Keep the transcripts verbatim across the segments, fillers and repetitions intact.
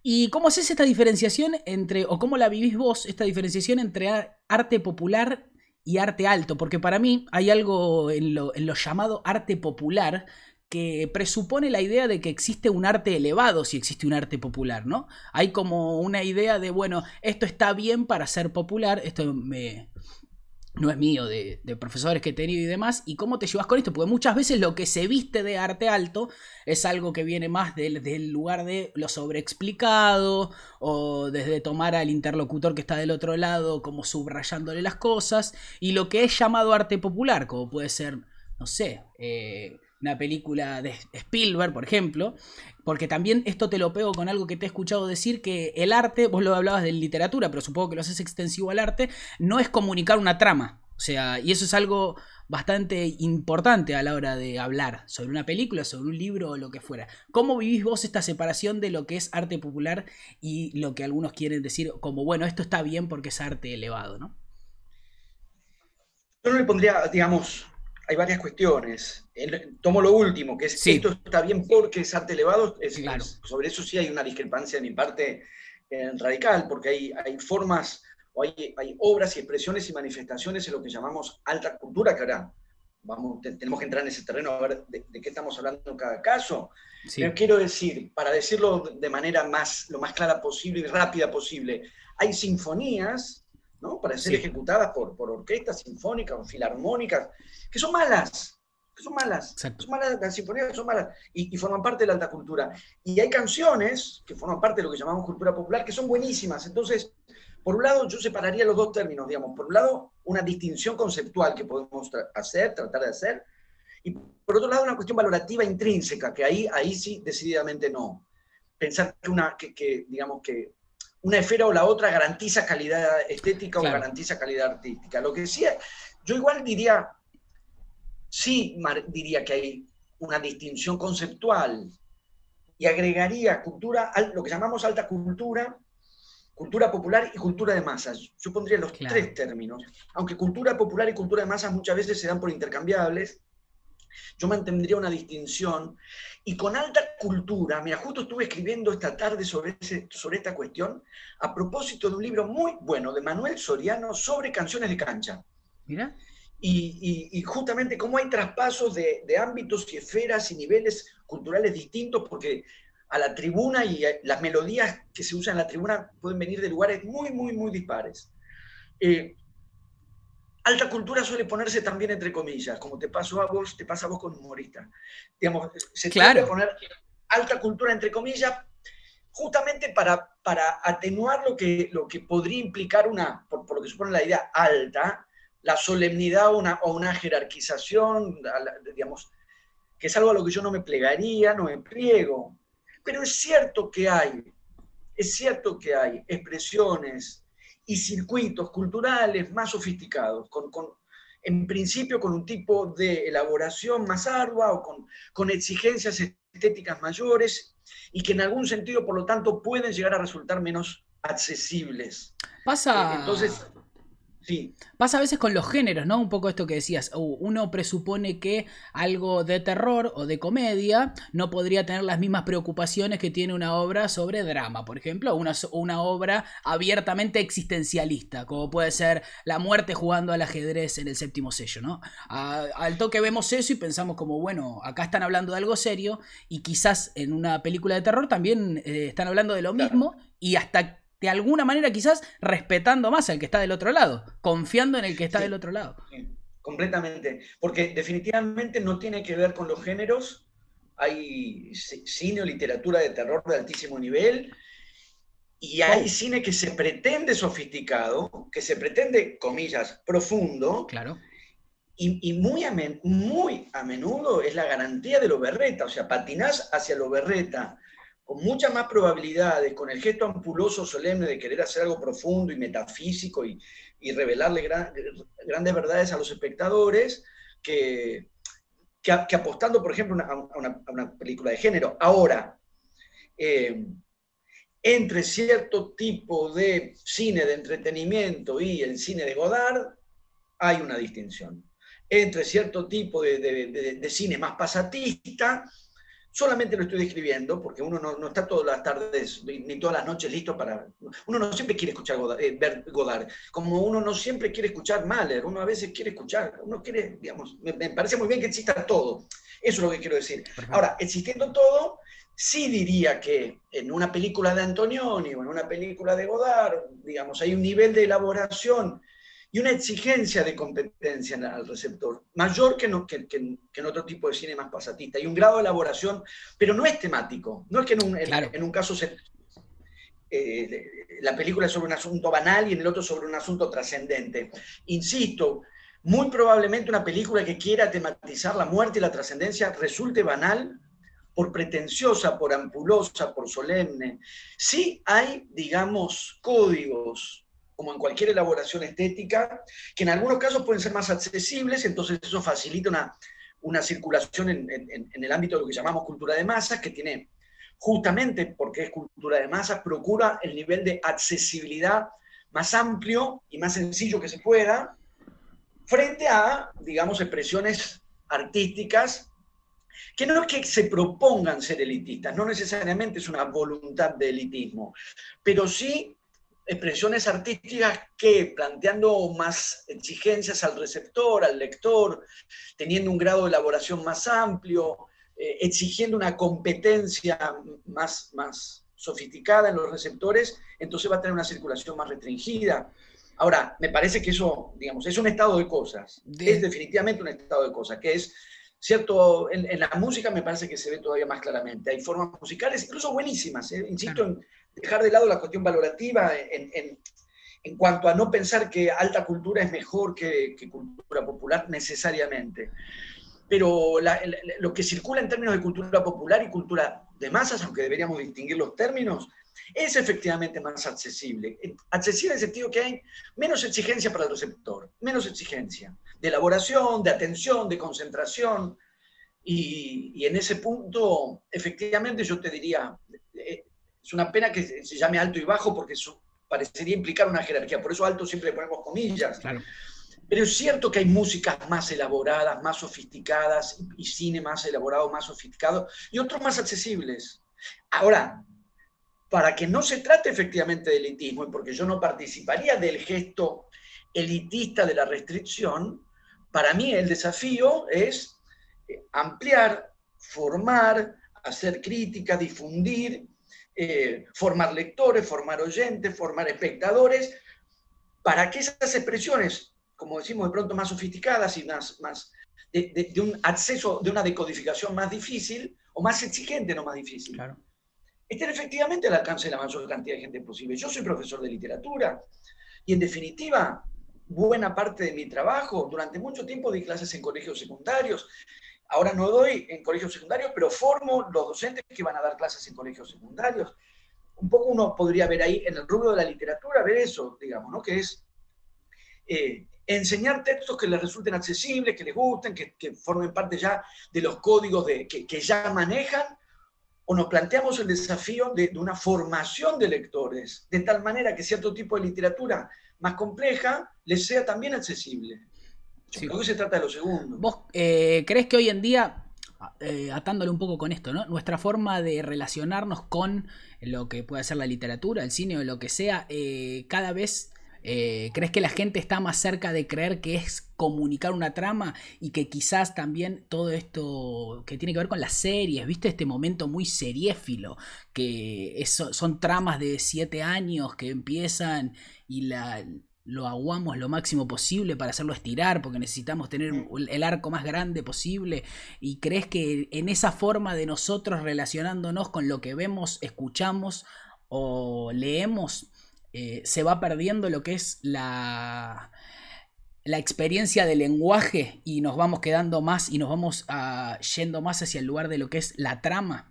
¿Y cómo haces esta diferenciación entre, o cómo la vivís vos, esta diferenciación entre a- arte popular y arte alto? Porque para mí hay algo en lo, en lo llamado arte popular que presupone la idea de que existe un arte elevado si existe un arte popular, ¿no? Hay como una idea de, bueno, esto está bien para ser popular, esto me, no es mío, de, de profesores que he tenido y demás, y cómo te llevas con esto, porque muchas veces lo que se viste de arte alto es algo que viene más del, del lugar de lo sobreexplicado, o desde tomar al interlocutor que está del otro lado como subrayándole las cosas, y lo que es llamado arte popular, como puede ser, no sé, eh, una película de Spielberg, por ejemplo, porque también esto te lo pego con algo que te he escuchado decir, que el arte, vos lo hablabas de literatura, pero supongo que lo haces extensivo al arte, no es comunicar una trama. O sea, y eso es algo bastante importante a la hora de hablar sobre una película, sobre un libro o lo que fuera. ¿Cómo vivís vos esta separación de lo que es arte popular y lo que algunos quieren decir como, bueno, esto está bien porque es arte elevado, ¿no? Yo no le pondría, digamos, hay varias cuestiones. El- tomo lo último, que es esto Sí, está bien porque es arte elevado. Es, claro. es- sobre eso sí hay una discrepancia de mi parte eh, radical, porque hay, hay formas o hay, hay obras y expresiones y manifestaciones en lo que llamamos alta cultura, que ahora vamos, te- tenemos que entrar en ese terreno a ver de, de qué estamos hablando en cada caso. Pero Sí, quiero decir, para decirlo de manera más, lo más clara posible y rápida posible, hay sinfonías, ¿no? Para ser sí, ejecutadas por, por orquestas sinfónicas o filarmónicas, que son malas, que son malas, exacto. son malas, las sinfonías son malas y, y, forman parte de la alta cultura. Y hay canciones que forman parte de lo que llamamos cultura popular que son buenísimas. Entonces, por un lado, yo separaría los dos términos, digamos, por un lado, una distinción conceptual que podemos tra hacer, tratar de hacer, y por otro lado, una cuestión valorativa intrínseca, que ahí, ahí sí, decididamente no. Pensar que, una, que, que digamos, que una esfera o la otra garantiza calidad estética o Claro, garantiza calidad artística. Lo que sí, yo igual diría, sí diría que hay una distinción conceptual y agregaría cultura, lo que llamamos alta cultura, cultura popular y cultura de masas. Yo pondría los claro. tres términos, aunque cultura popular y cultura de masas muchas veces se dan por intercambiables. Yo mantendría una distinción. Y con alta cultura, mira, justo estuve escribiendo esta tarde sobre, ese, sobre esta cuestión a propósito de un libro muy bueno de Manuel Soriano sobre canciones de cancha. Mira, Y, y, y justamente cómo hay traspasos de, de ámbitos y esferas y niveles culturales distintos, porque a la tribuna y las melodías que se usan en la tribuna pueden venir de lugares muy, muy, muy dispares. Eh, alta cultura suele ponerse también entre comillas, como te pasó a vos, te pasa a vos con humorista. Digamos, se tiende a claro, poner alta cultura entre comillas justamente para, para atenuar lo que, lo que podría implicar una, por, por, lo que supone la idea alta, la solemnidad o una, o una jerarquización, digamos, que es algo a lo que yo no me plegaría, no me pliego. Pero es cierto que hay, es cierto que hay expresiones y circuitos culturales más sofisticados, con, con, en principio con un tipo de elaboración más ardua o con, con exigencias estéticas mayores y que en algún sentido, por lo tanto, pueden llegar a resultar menos accesibles. Eh, pasa. entonces, sí, Pasa a veces con los géneros, ¿no? Un poco esto que decías. Uh, uno presupone que algo de terror o de comedia no podría tener las mismas preocupaciones que tiene una obra sobre drama, por ejemplo, o una, una obra abiertamente existencialista, como puede ser La muerte jugando al ajedrez en el séptimo sello, ¿no? A, al toque vemos eso y pensamos como, bueno, acá están hablando de algo serio y quizás en una película de terror también eh, están hablando de lo claro. mismo y hasta de alguna manera quizás respetando más al que está del otro lado, confiando en el que está del Sí, otro lado. sí, completamente. Porque definitivamente no tiene que ver con los géneros. Hay cine o literatura de terror de altísimo nivel y hay Oh, cine que se pretende sofisticado, que se pretende, comillas, profundo, claro. y, y muy, a men, muy a menudo es la garantía de lo berreta, o sea, patinás hacia lo berreta con muchas más probabilidades, con el gesto ampuloso, solemne de querer hacer algo profundo y metafísico y, y revelarle gran, grandes verdades a los espectadores, que, que, que apostando, por ejemplo, a una, a una película de género. Ahora, eh, entre cierto tipo de cine de entretenimiento y el cine de Godard, hay una distinción. Entre cierto tipo de, de, de, de cine más pasatista, solamente lo estoy describiendo, porque uno no, no está todas las tardes ni todas las noches listo para... Uno no siempre quiere escuchar Godard, eh, ver Godard, como uno no siempre quiere escuchar Mahler, uno a veces quiere escuchar, uno quiere, digamos, me, me parece muy bien que exista todo, eso es lo que quiero decir. Perfecto. Ahora, existiendo todo, sí diría que en una película de Antonioni o en una película de Godard, digamos, hay un nivel de elaboración y una exigencia de competencia al receptor, mayor que, no, que, que, que en otro tipo de cine más pasatista, y un grado de elaboración, pero no es temático, no es que en un, claro. en, en un caso se, eh, la película es sobre un asunto banal y en el otro sobre un asunto trascendente. Insisto, muy probablemente una película que quiera tematizar la muerte y la trascendencia resulte banal, por pretenciosa, por ampulosa, por solemne. Sí hay, digamos, códigos, como en cualquier elaboración estética, que en algunos casos pueden ser más accesibles, entonces eso facilita una, una circulación en, en, en el ámbito de lo que llamamos cultura de masas, que tiene, justamente porque es cultura de masas, procura el nivel de accesibilidad más amplio y más sencillo que se pueda, frente a, digamos, expresiones artísticas, que no es que se propongan ser elitistas, no necesariamente es una voluntad de elitismo, pero sí expresiones artísticas que, planteando más exigencias al receptor, al lector, teniendo un grado de elaboración más amplio, eh, exigiendo una competencia más, más sofisticada en los receptores, entonces va a tener una circulación más restringida. Ahora, me parece que eso, digamos, es un estado de cosas, de... es definitivamente un estado de cosas, que es cierto, en, en la música me parece que se ve todavía más claramente. Hay formas musicales, incluso buenísimas, ¿eh? Insisto claro. en dejar de lado la cuestión valorativa en, en, en cuanto a no pensar que alta cultura es mejor que, que cultura popular necesariamente. Pero la, la, lo que circula en términos de cultura popular y cultura de masas, aunque deberíamos distinguir los términos, es efectivamente más accesible. Accesible en el sentido que hay menos exigencia para el receptor, menos exigencia de elaboración, de atención, de concentración. Y, y en ese punto, efectivamente, yo te diría, es una pena que se llame alto y bajo porque eso parecería implicar una jerarquía. Por eso alto siempre le ponemos comillas. Claro. Pero es cierto que hay músicas más elaboradas, más sofisticadas, y cine más elaborado, más sofisticado, y otros más accesibles. Ahora, para que no se trate efectivamente de elitismo, y porque yo no participaría del gesto elitista de la restricción, para mí el desafío es ampliar, formar, hacer crítica, difundir, eh, formar lectores, formar oyentes, formar espectadores, para que esas expresiones, como decimos de pronto más sofisticadas y más, más de, de, de un acceso, de una decodificación más difícil, o más exigente, no más difícil, claro, estén efectivamente al alcance de la mayor cantidad de gente posible. Yo soy profesor de literatura y, en definitiva, buena parte de mi trabajo, durante mucho tiempo di clases en colegios secundarios. Ahora no doy en colegios secundarios, pero formo los docentes que van a dar clases en colegios secundarios. Un poco uno podría ver ahí, en el rubro de la literatura, ver eso, digamos, ¿no? Que es eh, enseñar textos que les resulten accesibles, que les gusten, que, que formen parte ya de los códigos de, que, que ya manejan, o nos planteamos el desafío de, de una formación de lectores, de tal manera que cierto tipo de literatura más compleja les sea también accesible. Yo sí. creo que se trata de lo segundo. ¿Vos eh, crees que hoy en día, eh, atándole un poco con esto, ¿no? Nuestra forma de relacionarnos con lo que puede ser la literatura, el cine o lo que sea, eh, cada vez... Eh, ¿crees que la gente está más cerca de creer que es comunicar una trama y que quizás también todo esto que tiene que ver con las series, viste este momento muy seriéfilo, que es, son tramas de siete años que empiezan y la, lo aguamos lo máximo posible para hacerlo estirar porque necesitamos tener el arco más grande posible? ¿Y crees que en esa forma de nosotros relacionándonos con lo que vemos, escuchamos o leemos, Eh, se va perdiendo lo que es la, la experiencia del lenguaje y nos vamos quedando más y nos vamos uh, yendo más hacia el lugar de lo que es la trama?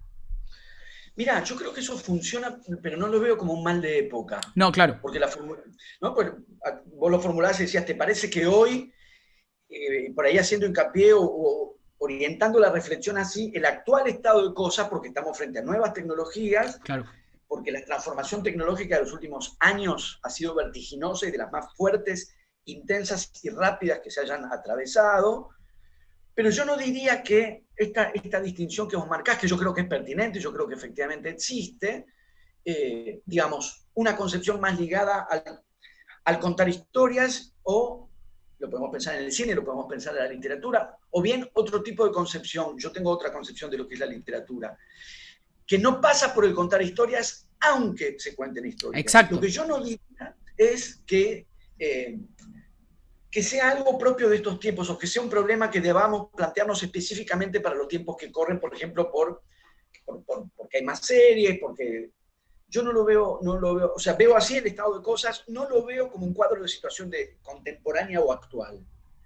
Mirá, yo creo que eso funciona, pero no lo veo como un mal de época. No, claro. Porque la ¿no? Pues, vos lo formulás y decías, ¿te parece que hoy, eh, por ahí haciendo hincapié o, o orientando la reflexión así, el actual estado de cosas, porque estamos frente a nuevas tecnologías, claro, porque la transformación tecnológica de los últimos años ha sido vertiginosa y de las más fuertes, intensas y rápidas que se hayan atravesado, Pero yo no diría que esta, esta distinción que vos marcás, que yo creo que es pertinente, yo creo que efectivamente existe, eh, digamos, una concepción más ligada al, al contar historias, o lo podemos pensar en el cine, lo podemos pensar en la literatura, o bien otro tipo de concepción. Yo tengo otra concepción de lo que es la literatura, que no pasa por el contar historias, aunque se cuenten historias. Exacto. Lo que yo no diría es que, eh, que sea algo propio de estos tiempos, o que sea un problema que debamos plantearnos específicamente para los tiempos que corren, por ejemplo, por, por, por, porque hay más series, porque yo no lo veo, no lo veo, o sea, veo así el estado de cosas, no lo veo como un cuadro de situación de contemporánea o actual,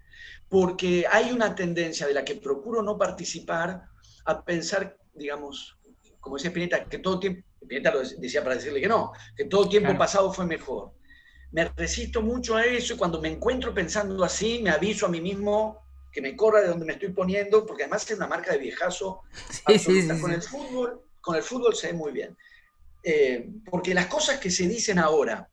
porque hay una tendencia de la que procuro no participar a pensar, digamos, como decía Spinetta, que todo tiempo, Spinetta lo decía para decirle que no, que todo tiempo claro. pasado fue mejor. Me resisto mucho a eso, y cuando me encuentro pensando así, me aviso a mí mismo que me corra de donde me estoy poniendo, porque además es una marca de viejazo sí, absoluta. Sí, sí, con sí. el fútbol, con el fútbol se ve muy bien. Eh, porque las cosas que se dicen ahora,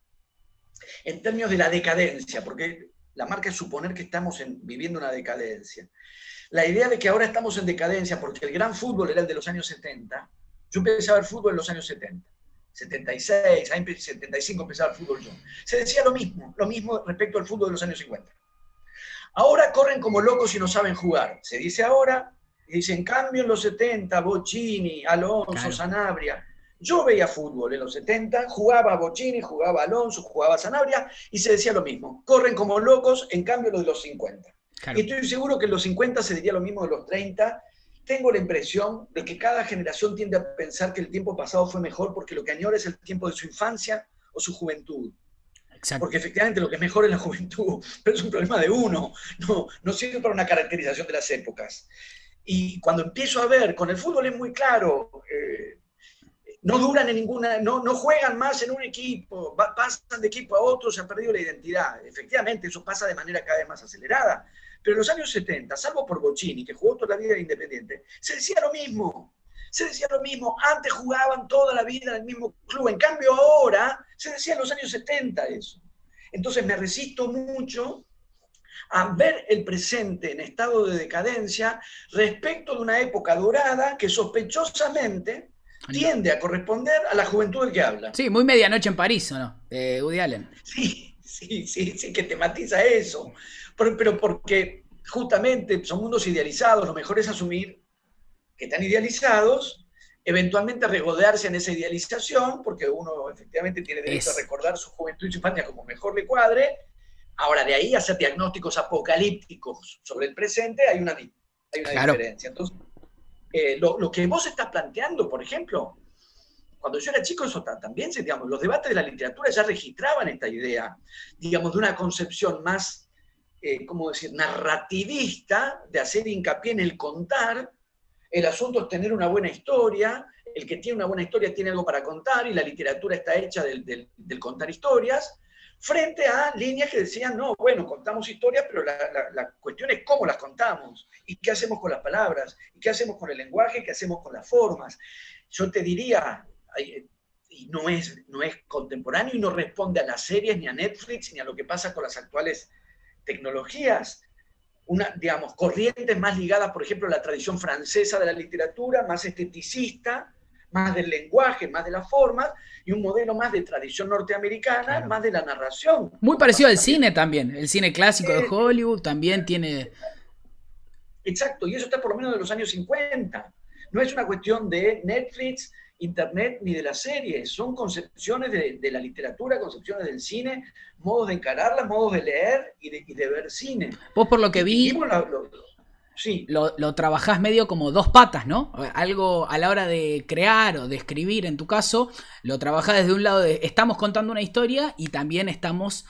en términos de la decadencia, porque la marca es suponer que estamos en, viviendo una decadencia. La idea de que ahora estamos en decadencia porque el gran fútbol era el de los años setenta. Yo empecé a ver fútbol en los años setenta. setenta y seis, setenta y cinco empezaba el fútbol yo. Se decía lo mismo, lo mismo respecto al fútbol de los años cincuenta. Ahora corren como locos y no saben jugar. Se dice ahora, y dice, en cambio en los setenta, Bocini, Alonso, claro. Sanabria. Yo veía fútbol en los setenta, jugaba Bocini, jugaba Alonso, jugaba Sanabria, y se decía lo mismo. Corren como locos, en cambio los de los cincuenta. Claro. Y estoy seguro que en los cincuenta se diría lo mismo de los treinta. Tengo la impresión de que cada generación tiende a pensar que el tiempo pasado fue mejor porque lo que añora es el tiempo de su infancia o su juventud. Exacto. Porque efectivamente lo que es mejor es la juventud, pero es un problema de uno, no, no sirve para una caracterización de las épocas. Y cuando empiezo a ver, con el fútbol es muy claro, eh, no duran en ninguna, no, no juegan más en un equipo, va, pasan de equipo a otro, se ha perdido la identidad. Efectivamente, eso pasa de manera cada vez más acelerada. Pero en los años setenta, salvo por Bocini, que jugó toda la vida de Independiente, se decía lo mismo. Se decía lo mismo. Antes jugaban toda la vida en el mismo club. En cambio, ahora se decía en los años setenta eso. Entonces me resisto mucho a ver el presente en estado de decadencia respecto de una época dorada que sospechosamente tiende a corresponder a la juventud del que habla. Sí, muy Medianoche en París, ¿o no? De Woody Allen. Sí, sí, sí, sí, que tematiza eso. Pero, pero porque justamente son mundos idealizados, lo mejor es asumir que están idealizados, eventualmente regodearse en esa idealización, porque uno efectivamente tiene derecho es. a recordar su juventud y su infancia como mejor le cuadre. Ahora, de ahí a hacer diagnósticos apocalípticos sobre el presente, hay una, hay una claro. diferencia. Entonces, eh, lo, lo que vos estás planteando, por ejemplo, cuando yo era chico, eso también, digamos, los debates de la literatura ya registraban esta idea, digamos, de una concepción más, eh, ¿cómo decir?, narrativista, de hacer hincapié en el contar. El asunto es tener una buena historia, el que tiene una buena historia tiene algo para contar, y la literatura está hecha del, del, del contar historias, frente a líneas que decían, no, bueno, contamos historias, pero la, la, la cuestión es cómo las contamos, y qué hacemos con las palabras, y qué hacemos con el lenguaje, qué hacemos con las formas. Yo te diría, y no es, no es contemporáneo y no responde a las series, ni a Netflix, ni a lo que pasa con las actuales tecnologías, una, digamos, corrientes más ligadas, por ejemplo, a la tradición francesa de la literatura, más esteticista, más del lenguaje, más de las formas, y un modelo más de tradición norteamericana, claro. más de la narración. Muy parecido al cine también, el cine clásico de Hollywood también tiene... Exacto, y eso está por lo menos de los años cincuenta. No es una cuestión de Netflix, Internet, ni de las series, son concepciones de, de la literatura, concepciones del cine, modos de encararlas, modos de leer y de, y de ver cine. Vos por lo que vi... La, lo, Sí. Lo, lo trabajás medio como dos patas, ¿no? Algo a la hora de crear o de escribir, en tu caso, lo trabajás desde un lado de estamos contando una historia y también estamos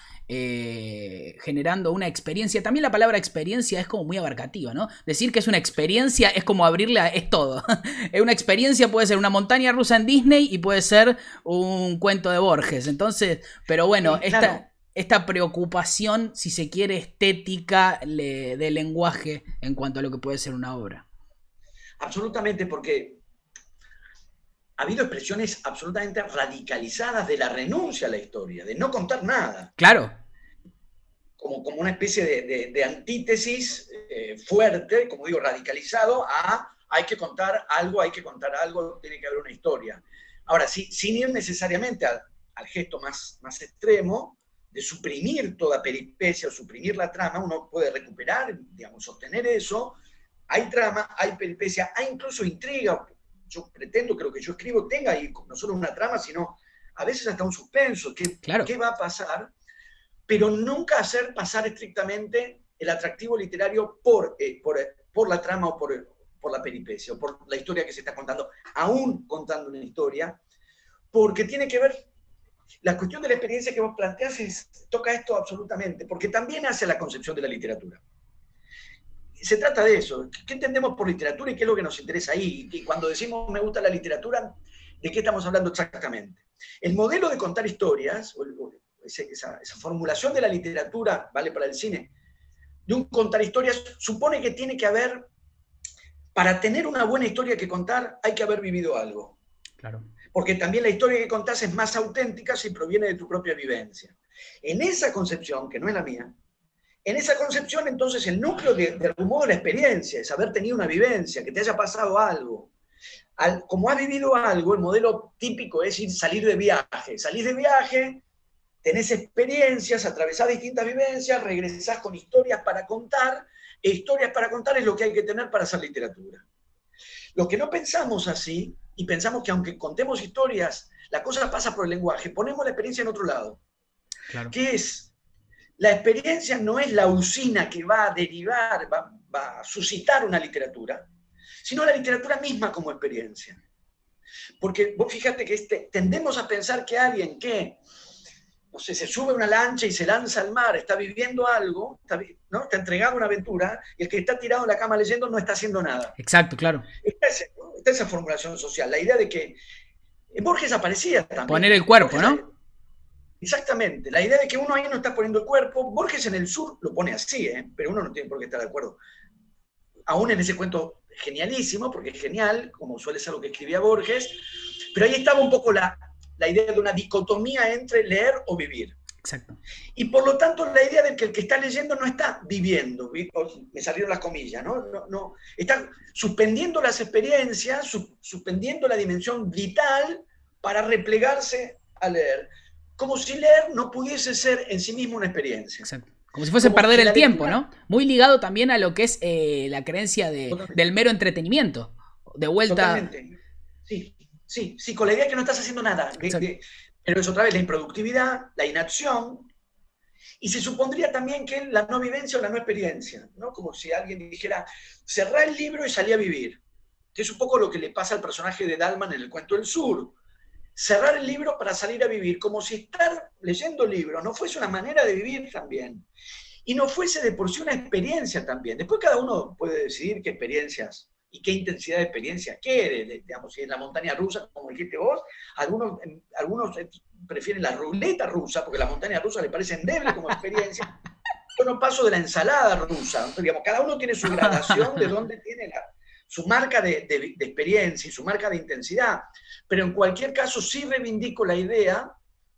eh, generando una experiencia. También la palabra experiencia es como muy abarcativa, ¿no? Decir que es una experiencia es como abrirle a, es todo. Una experiencia puede ser una montaña rusa en Disney y puede ser un cuento de Borges. Entonces, pero bueno, sí, claro. esta... esta preocupación, si se quiere, estética le, del lenguaje en cuanto a lo que puede ser una obra. Absolutamente, porque ha habido expresiones absolutamente radicalizadas de la renuncia a la historia, de no contar nada. Claro. Como como, como una especie de, de, de antítesis eh, fuerte, como digo, radicalizado, a hay que contar algo, hay que contar algo, tiene que haber una historia. Ahora, sí, sin ir necesariamente al, al gesto más, más extremo, de suprimir toda peripecia o suprimir la trama, uno puede recuperar, digamos, sostener eso. Hay trama, hay peripecia, hay incluso intriga. Yo pretendo que lo que yo escribo tenga ahí no solo una trama, sino a veces hasta un suspenso. ¿Qué, claro. ¿qué va a pasar? Pero nunca hacer pasar estrictamente el atractivo literario por, eh, por, por la trama o por, por la peripecia o por la historia que se está contando, aún contando una historia, porque tiene que ver. La cuestión de la experiencia que vos planteás es, toca esto absolutamente, porque también hace la concepción de la literatura. Se trata de eso. ¿Qué entendemos por literatura y qué es lo que nos interesa ahí? Y cuando decimos me gusta la literatura, ¿de qué estamos hablando exactamente? El modelo de contar historias, o esa, esa formulación de la literatura, vale para el cine, de un contar historias, supone que tiene que haber, para tener una buena historia que contar, hay que haber vivido algo. Claro. Porque también la historia que contás es más auténtica si proviene de tu propia vivencia. En esa concepción, que no es la mía, en esa concepción entonces el núcleo de, de algún modo la experiencia, es haber tenido una vivencia, que te haya pasado algo. Al, como has vivido algo, el modelo típico es ir, salir de viaje. Salís de viaje, tenés experiencias, atravesás distintas vivencias, regresás con historias para contar, e historias para contar es lo que hay que tener para hacer literatura. Lo que no pensamos así, y pensamos que aunque contemos historias, la cosa pasa por el lenguaje, ponemos la experiencia en otro lado. Claro. Que es, la experiencia no es la usina que va a derivar, va, va a suscitar una literatura, sino la literatura misma como experiencia. Porque vos fíjate que este, tendemos a pensar que alguien que, no sé, se sube a una lancha y se lanza al mar, está viviendo algo, está, ¿no? Está entregado una aventura, y el que está tirado en la cama leyendo no está haciendo nada. Exacto, claro. Está, ese, ¿no? Está esa formulación social, la idea de que Borges aparecía también. Poner el cuerpo, Borges, ¿no? Exactamente, la idea de que uno ahí no está poniendo el cuerpo. Borges en el sur lo pone así, ¿eh? Pero uno no tiene por qué estar de acuerdo. Aún en ese cuento genialísimo, porque es genial, como suele ser lo que escribía Borges, pero ahí estaba un poco la, la idea de una dicotomía entre leer o vivir. Exacto. Y por lo tanto la idea de que el que está leyendo no está viviendo, me salieron las comillas, ¿no? No, no, está suspendiendo las experiencias, su, suspendiendo la dimensión vital para replegarse a leer. Como si leer no pudiese ser en sí mismo una experiencia. Exacto. Como si fuese Como perder si el la tiempo, lectura... ¿no? Muy ligado también a lo que es eh, la creencia de, del mero entretenimiento. De vuelta. Totalmente. Sí, sí, sí, con la idea de que no estás haciendo nada. De, de, pero es otra vez la improductividad, la inacción. Y se supondría también que la no vivencia o la no experiencia, ¿no? Como si alguien dijera, cerrá el libro y salí a vivir. Que es un poco lo que le pasa al personaje de Dalman en El Cuento del Sur. Cerrar el libro para salir a vivir, como si estar leyendo libros no fuese una manera de vivir también. Y no fuese de por sí una experiencia también. Después cada uno puede decidir qué experiencias y qué intensidad de experiencia quiere. Digamos, si en la montaña rusa, como dijiste vos, algunos, algunos prefieren la ruleta rusa, porque la montaña rusa le parece endeble como experiencia. Yo no paso de la ensalada rusa. Entonces, digamos, cada uno tiene su gradación de dónde tiene la, su marca de, de, de experiencia y su marca de intensidad. Pero en cualquier caso sí reivindico la idea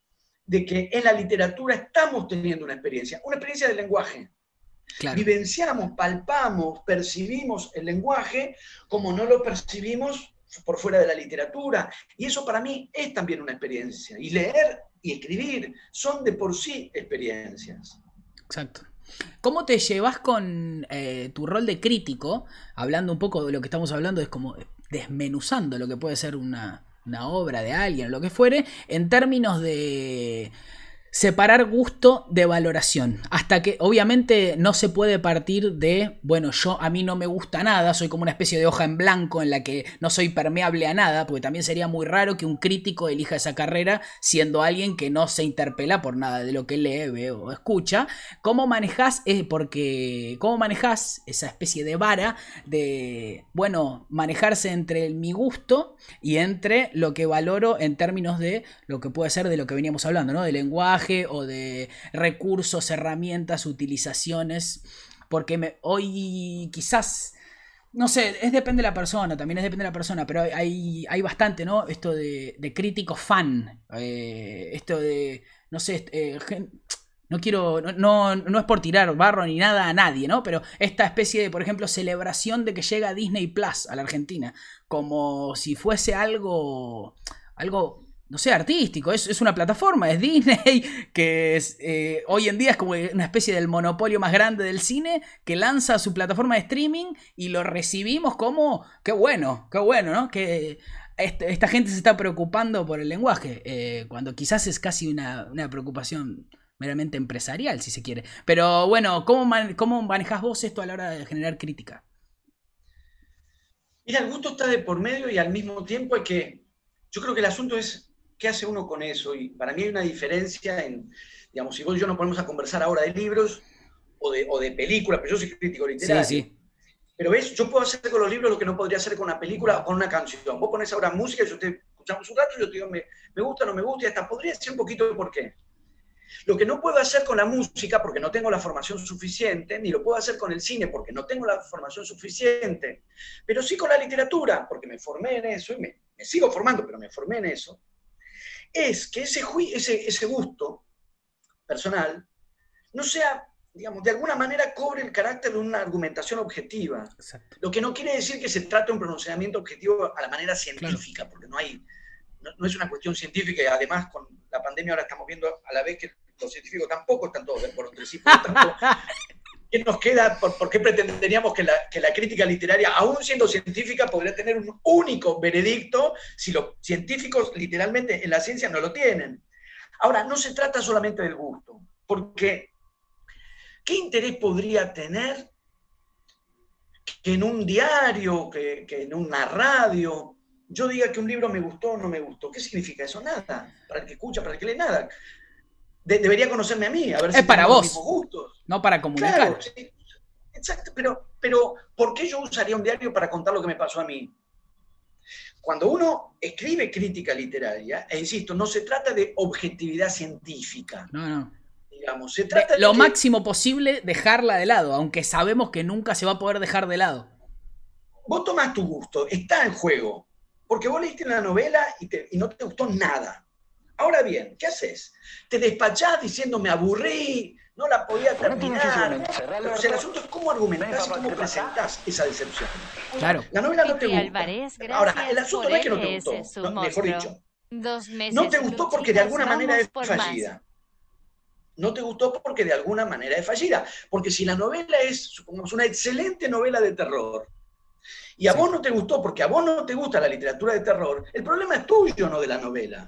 de que en la literatura estamos teniendo una experiencia, una experiencia del lenguaje. Claro. Vivenciamos, palpamos, percibimos el lenguaje como no lo percibimos por fuera de la literatura. Y eso para mí es también una experiencia. Y leer y escribir son de por sí experiencias. Exacto. ¿Cómo te llevas con eh, tu rol de crítico? Hablando un poco de lo que estamos hablando, es como desmenuzando lo que puede ser una, una obra de alguien o lo que fuere, en términos de separar gusto de valoración. Hasta que obviamente no se puede partir de, bueno, yo a mí no me gusta nada, soy como una especie de hoja en blanco en la que no soy permeable a nada, porque también sería muy raro que un crítico elija esa carrera siendo alguien que no se interpela por nada de lo que lee, ve o escucha. ¿Cómo manejás, eh, porque, cómo manejás esa especie de vara de, bueno, manejarse entre el, mi gusto y entre lo que valoro en términos de lo que puede ser de lo que veníamos hablando, ¿no? De lenguaje o de recursos, herramientas, utilizaciones, porque me, hoy quizás, no sé, es depende de la persona, también es depende de la persona, pero hay, hay bastante, ¿no? Esto de, de crítico fan, eh, esto de, no sé, eh, no quiero, no, no, no es por tirar barro ni nada a nadie, ¿no? Pero esta especie de, por ejemplo, celebración de que llega Disney Plus a la Argentina, como si fuese algo, algo, no sé, artístico, es, es una plataforma, es Disney, que es, eh, hoy en día es como una especie del monopolio más grande del cine, que lanza su plataforma de streaming y lo recibimos como, qué bueno, qué bueno, ¿no? Que este, esta gente se está preocupando por el lenguaje, eh, cuando quizás es casi una, una preocupación meramente empresarial, si se quiere. Pero bueno, ¿cómo, man, ¿cómo manejás vos esto a la hora de generar crítica? Mira, el gusto está de por medio y al mismo tiempo hay que... Yo creo que el asunto es qué hace uno con eso. Y para mí hay una diferencia en, digamos, si vos y yo nos ponemos a conversar ahora de libros o de, o de películas, pero yo soy crítico literario. Sí, sí. Pero ves, yo puedo hacer con los libros lo que no podría hacer con una película o con una canción. Vos ponés ahora música y yo te escuchamos un rato y yo te digo, me, me gusta, no me gusta, y hasta podría decir un poquito de por qué. Lo que no puedo hacer con la música, porque no tengo la formación suficiente, ni lo puedo hacer con el cine, porque no tengo la formación suficiente, pero sí con la literatura, porque me formé en eso, y me, me sigo formando, pero me formé en eso, es que ese, ese, ese gusto personal no sea, digamos, de alguna manera cobre el carácter de una argumentación objetiva. Exacto. Lo que no quiere decir que se trate de un pronunciamiento objetivo a la manera científica, claro, porque no hay... No, no es una cuestión científica y además con la pandemia ahora estamos viendo a la vez que los científicos tampoco están todos por entre sí. Por tanto, ¿qué nos queda? ¿Por, por qué pretenderíamos que la, que la crítica literaria, aún siendo científica, podría tener un único veredicto si los científicos literalmente en la ciencia no lo tienen? Ahora, no se trata solamente del gusto, porque ¿qué interés podría tener que en un diario, que, que en una radio, yo diga que un libro me gustó o no me gustó? ¿Qué significa eso? Nada. Para el que escucha, para el que lee, nada. De, debería conocerme a mí, a ver es si para tenemos vos, los mismos gustos. No para comunicar. Claro, sí, exacto, pero, pero ¿por qué yo usaría un diario para contar lo que me pasó a mí? Cuando uno escribe crítica literaria, e insisto, no se trata de objetividad científica. No, no. Digamos, se trata de, de lo que, máximo posible dejarla de lado, aunque sabemos que nunca se va a poder dejar de lado. Vos tomás tu gusto, está en juego. Porque vos leíste una novela y, te, y no te gustó nada. Ahora bien, ¿qué haces? Te despachás diciendo me aburrí, no la podía terminar. O sea, el asunto es cómo argumentás y cómo presentás esa decepción. Claro. La novela no te gusta. Ahora, el asunto no es que no te gustó, no, mejor dicho. No te gustó porque de alguna manera es fallida. No te gustó porque de alguna manera es fallida. Porque si la novela es, supongamos, una excelente novela de terror, y a sí. vos no te gustó, porque a vos no te gusta la literatura de terror, el problema es tuyo, no de la novela.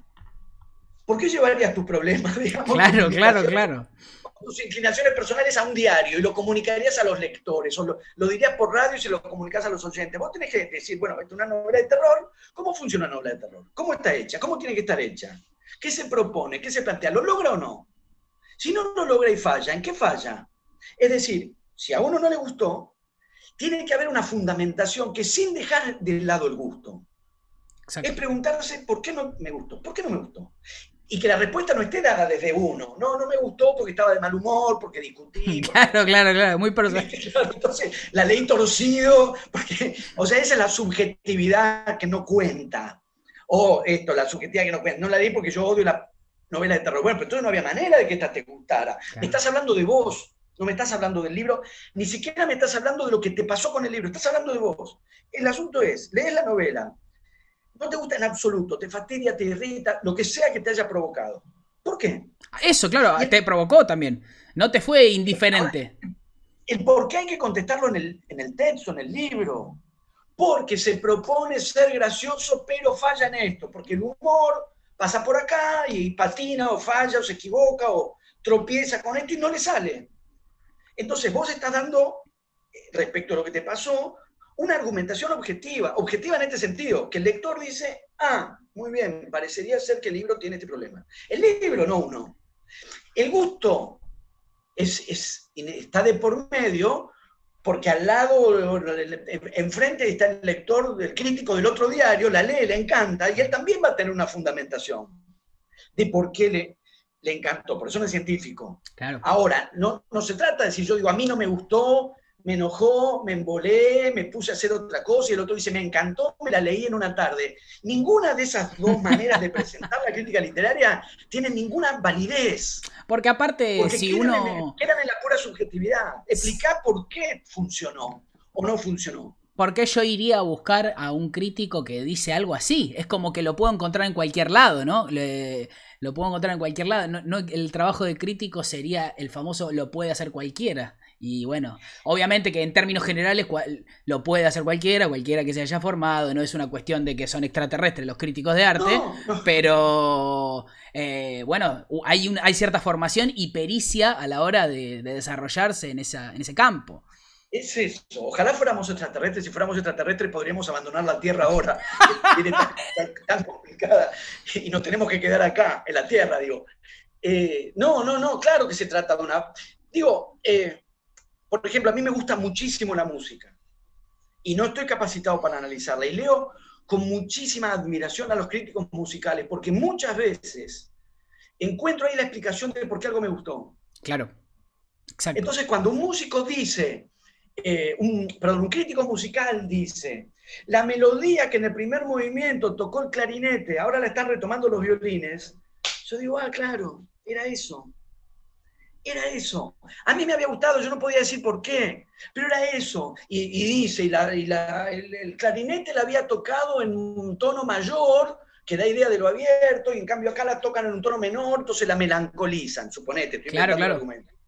¿Por qué llevarías tus problemas, digamos, claro, claro, claro, tus inclinaciones personales a un diario y lo comunicarías a los lectores, o lo, lo dirías por radio y se lo comunicás a los oyentes? Vos tenés que decir, bueno, esta es una novela de terror, ¿cómo funciona una novela de terror? ¿Cómo está hecha? ¿Cómo tiene que estar hecha? ¿Qué se propone? ¿Qué se plantea? ¿Lo logra o no? Si no lo logra y falla, ¿en qué falla? Es decir, si a uno no le gustó, tiene que haber una fundamentación que, sin dejar de lado el gusto, exacto, es preguntarse por qué no me gustó, por qué no me gustó. Y que la respuesta no esté dada desde uno. No, no me gustó porque estaba de mal humor, porque discutí. Claro, porque... claro, claro, muy personal. Claro, entonces, la leí torcido, porque, o sea, esa es la subjetividad que no cuenta. O esto, la subjetividad que no cuenta. No la leí porque yo odio la novela de terror. Bueno, pero entonces no había manera de que esta te gustara. Claro. Me estás hablando de vos. No me estás hablando del libro, ni siquiera me estás hablando de lo que te pasó con el libro, estás hablando de vos. El asunto es, lees la novela, no te gusta en absoluto, te fastidia, te irrita, lo que sea que te haya provocado. ¿Por qué? Eso, claro, el, te provocó también, no te fue indiferente. Ahora, el por qué hay que contestarlo en el, en el texto, en el libro. Porque se propone ser gracioso, pero falla en esto, porque el humor pasa por acá y patina o falla o se equivoca o tropieza con esto y no le sale. Entonces vos estás dando, respecto a lo que te pasó, una argumentación objetiva, objetiva en este sentido, que el lector dice, ah, muy bien, parecería ser que el libro tiene este problema. El libro, no uno. El gusto es, es, está de por medio porque al lado, enfrente está el lector, el crítico del otro diario, la lee, le encanta, y él también va a tener una fundamentación de por qué le... le encantó, por eso no es científico. Claro. Ahora, no, no se trata de si yo digo, a mí no me gustó, me enojó, me embolé, me puse a hacer otra cosa, y el otro dice, me encantó, me la leí en una tarde. Ninguna de esas dos maneras de presentar la crítica literaria tiene ninguna validez. Porque aparte, Porque si quedan, uno... en, quedan en la pura subjetividad. Explicar por qué funcionó o no funcionó. ¿Por qué yo iría a buscar a un crítico que dice algo así? Es como que lo puedo encontrar en cualquier lado, ¿no? Le, lo puedo encontrar en cualquier lado. No, no, el trabajo de crítico sería el famoso lo puede hacer cualquiera. Y bueno, obviamente que en términos generales cual, lo puede hacer cualquiera, cualquiera que se haya formado. No es una cuestión de que son extraterrestres los críticos de arte. No, no. Pero eh, bueno, hay, un, hay cierta formación y pericia a la hora de, de desarrollarse en, esa, en ese campo. Es eso. Ojalá fuéramos extraterrestres. Si fuéramos extraterrestres podríamos abandonar la Tierra ahora, que tiene tan, tan, tan complicada, y nos tenemos que quedar acá, en la Tierra, digo. Eh, no, no, no, claro que se trata de una... Digo, eh, por ejemplo, a mí me gusta muchísimo la música y no estoy capacitado para analizarla. Y leo con muchísima admiración a los críticos musicales, porque muchas veces encuentro ahí la explicación de por qué algo me gustó. Claro, exacto. Entonces, cuando un músico dice... Eh, un, perdón, un crítico musical dice, la melodía que en el primer movimiento tocó el clarinete, ahora la están retomando los violines, yo digo, ah, claro, era eso, era eso. A mí me había gustado, yo no podía decir por qué, pero era eso. Y, y dice, y, la, y la, el, el clarinete la había tocado en un tono mayor, que da idea de lo abierto, y en cambio acá la tocan en un tono menor, entonces la melancolizan, suponete. Claro, claro.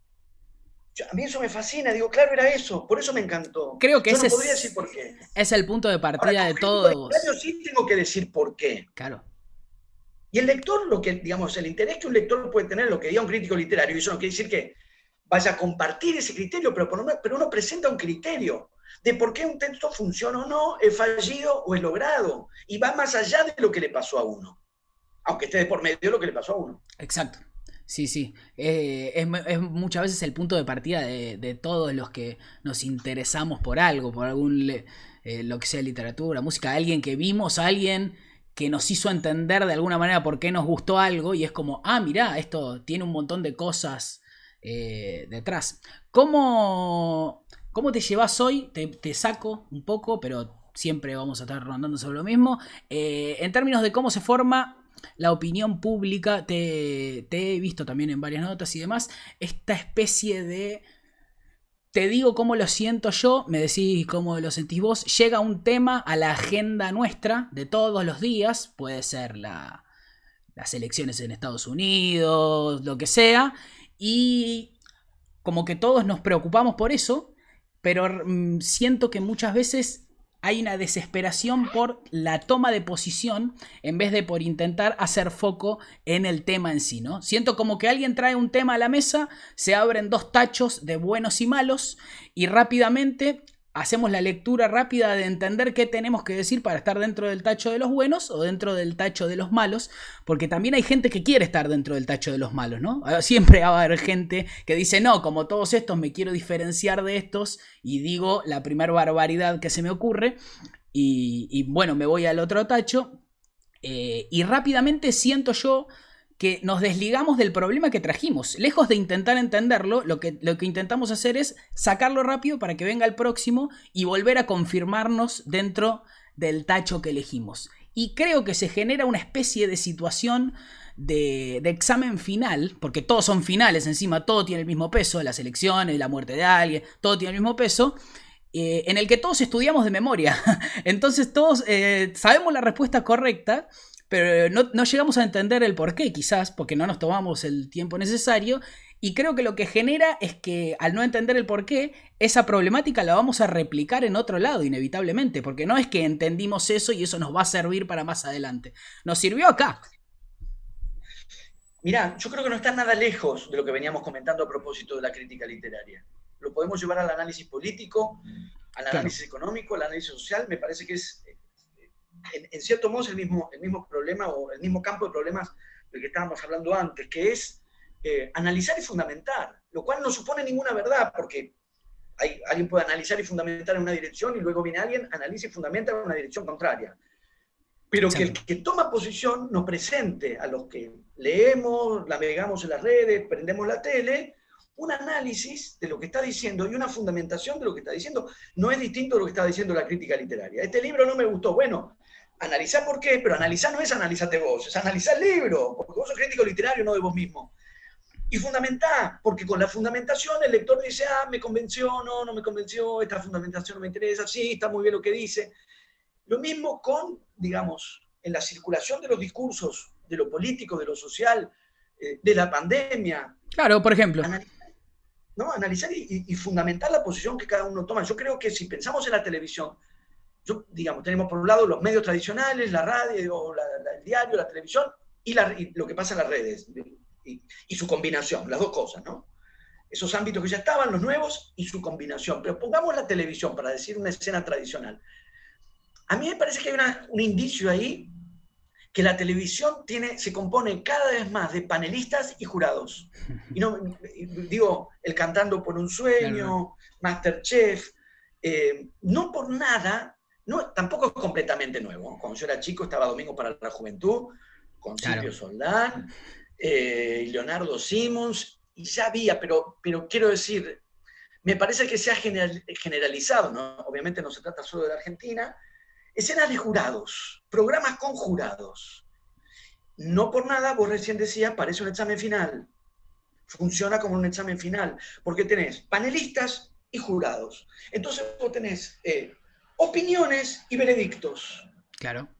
A mí eso me fascina, digo, claro, era eso, por eso me encantó. Creo que Yo ese no podría es, decir por qué. Es el punto de partida Ahora, de todos. Yo sí tengo que decir por qué. Claro. Y el lector, lo que, digamos, el interés que un lector puede tener, lo que diga un crítico literario, y eso no quiere decir que vaya a compartir ese criterio, pero, por lo menos, pero uno presenta un criterio de por qué un texto funciona o no, es fallido o es logrado, y va más allá de lo que le pasó a uno, aunque esté de por medio de lo que le pasó a uno. Exacto. Sí, sí. Eh, es, es muchas veces el punto de partida de, de todos los que nos interesamos por algo, por algún, eh, lo que sea literatura, música, alguien que vimos, alguien que nos hizo entender de alguna manera por qué nos gustó algo y es como, ah, mirá, esto tiene un montón de cosas eh, detrás. ¿Cómo, ¿Cómo te llevas hoy? Te, te saco un poco, pero siempre vamos a estar rondando sobre lo mismo. Eh, en términos de cómo se forma la opinión pública, te, te he visto también en varias notas y demás, esta especie de... Te digo cómo lo siento yo, me decís cómo lo sentís vos. Llega un tema a la agenda nuestra de todos los días, puede ser la, las elecciones en Estados Unidos, lo que sea, y como que todos nos preocupamos por eso, pero mmm, siento que muchas veces hay una desesperación por la toma de posición en vez de por intentar hacer foco en el tema en sí, ¿no? Siento como que alguien trae un tema a la mesa, se abren dos tachos de buenos y malos y rápidamente hacemos la lectura rápida de entender qué tenemos que decir para estar dentro del tacho de los buenos o dentro del tacho de los malos, porque también hay gente que quiere estar dentro del tacho de los malos, ¿no? Siempre va a haber gente que dice, no, como todos estos me quiero diferenciar de estos y digo la primera barbaridad que se me ocurre y, y bueno, me voy al otro tacho eh, y rápidamente siento yo que nos desligamos del problema que trajimos. Lejos de intentar entenderlo, lo que, lo que intentamos hacer es sacarlo rápido para que venga el próximo y volver a confirmarnos dentro del tacho que elegimos. Y creo que se genera una especie de situación de, de examen final, porque todos son finales encima, todo tiene el mismo peso, las elecciones, la muerte de alguien, todo tiene el mismo peso, eh, en el que todos estudiamos de memoria. Entonces todos eh, sabemos la respuesta correcta, pero no, no llegamos a entender el por qué, quizás, porque no nos tomamos el tiempo necesario. Y creo que lo que genera es que, al no entender el por qué, esa problemática la vamos a replicar en otro lado, inevitablemente. Porque no es que entendimos eso y eso nos va a servir para más adelante. Nos sirvió acá. Mirá, yo creo que no está nada lejos de lo que veníamos comentando a propósito de la crítica literaria. Lo podemos llevar al análisis político, al análisis claro. económico, al análisis social. Me parece que es... En, en cierto modo es el mismo, el mismo problema o el mismo campo de problemas del que estábamos hablando antes, que es eh, analizar y fundamentar, lo cual no supone ninguna verdad, porque hay, alguien puede analizar y fundamentar en una dirección y luego viene alguien, analiza y fundamenta en una dirección contraria. Pero que el que toma posición nos presente a los que leemos, navegamos en las redes, prendemos la tele, un análisis de lo que está diciendo y una fundamentación de lo que está diciendo. No es distinto a lo que está diciendo la crítica literaria. Este libro no me gustó. Bueno, analizá por qué, pero analizar no es analizarte vos, es analizar el libro, porque vos sos crítico literario, no de vos mismo. Y fundamentá, porque con la fundamentación el lector dice, ah, me convenció, no, no me convenció, esta fundamentación no me interesa, sí, está muy bien lo que dice. Lo mismo con, digamos, en la circulación de los discursos, de lo político, de lo social, eh, de la pandemia. Claro, por ejemplo. Analizar, ¿no? Analizar y, y fundamentar la posición que cada uno toma. Yo creo que si pensamos en la televisión, yo, digamos, tenemos por un lado los medios tradicionales, la radio, la, la, el diario, la televisión, y, la, y lo que pasa en las redes. Y, y su combinación, las dos cosas, ¿no? Esos ámbitos que ya estaban, los nuevos, y su combinación. Pero pongamos la televisión, para decir una escena tradicional. A mí me parece que hay una, un indicio ahí que la televisión tiene, se compone cada vez más de panelistas y jurados. Y no, digo, El Cantando por un Sueño, claro. Masterchef, eh, no por nada, no, tampoco es completamente nuevo. Cuando yo era chico estaba Domingo para la Juventud, con claro. Silvio Soldán, eh, Leonardo Simons, y ya había, pero, pero quiero decir, me parece que se ha general, generalizado, ¿no? Obviamente no se trata solo de la Argentina, escenas de jurados, programas con jurados. No por nada, vos recién decías, parece un examen final. Funciona como un examen final, porque tenés panelistas y jurados. Entonces vos tenés eh, opiniones y veredictos. Claro.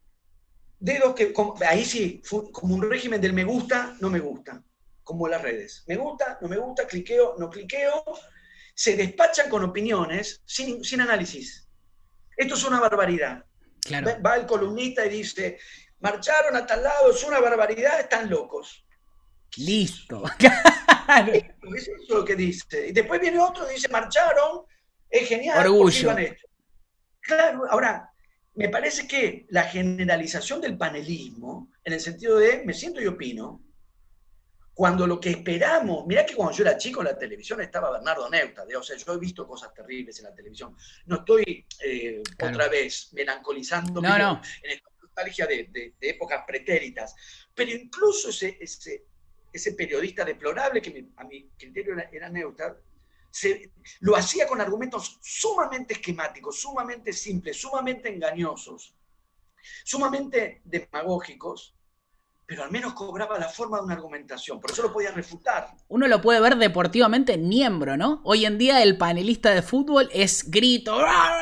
Dedos que, como, ahí sí, como un régimen del me gusta, no me gusta, como las redes. Me gusta, no me gusta, cliqueo, no cliqueo. Se despachan con opiniones sin, sin análisis. Esto es una barbaridad. Claro. Va el columnista y dice, marcharon a tal lado, es una barbaridad, están locos. Listo. Claro. Es eso lo que dice. Y después viene otro y dice, marcharon, es genial. Orgullo. Han hecho. Claro, ahora, me parece que la generalización del panelismo, en el sentido de, me siento y opino, cuando lo que esperamos, mirá que cuando yo era chico en la televisión estaba Bernardo Neustadt, o sea, yo he visto cosas terribles en la televisión. No estoy eh, claro. otra vez melancolizando no, no. en esta nostalgia de, de, de épocas pretéritas, pero incluso ese, ese, ese periodista deplorable, que me, a mi criterio era, era Neustadt, se, lo hacía con argumentos sumamente esquemáticos, sumamente simples, sumamente engañosos, sumamente demagógicos, pero al menos cobraba la forma de una argumentación, por eso lo podía refutar. Uno lo puede ver deportivamente en Niembro, ¿no? Hoy en día el panelista de fútbol es grito,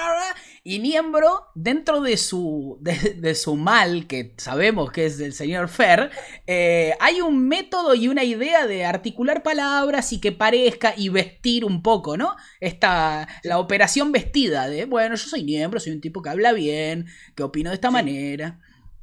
y Niembro, dentro de su, de, de su mal, que sabemos que es del señor Fer, eh, hay un método y una idea de articular palabras y que parezca y vestir un poco, ¿no? Esta, sí. La operación vestida de, bueno, yo soy Niembro, soy un tipo que habla bien, que opino de esta sí. manera.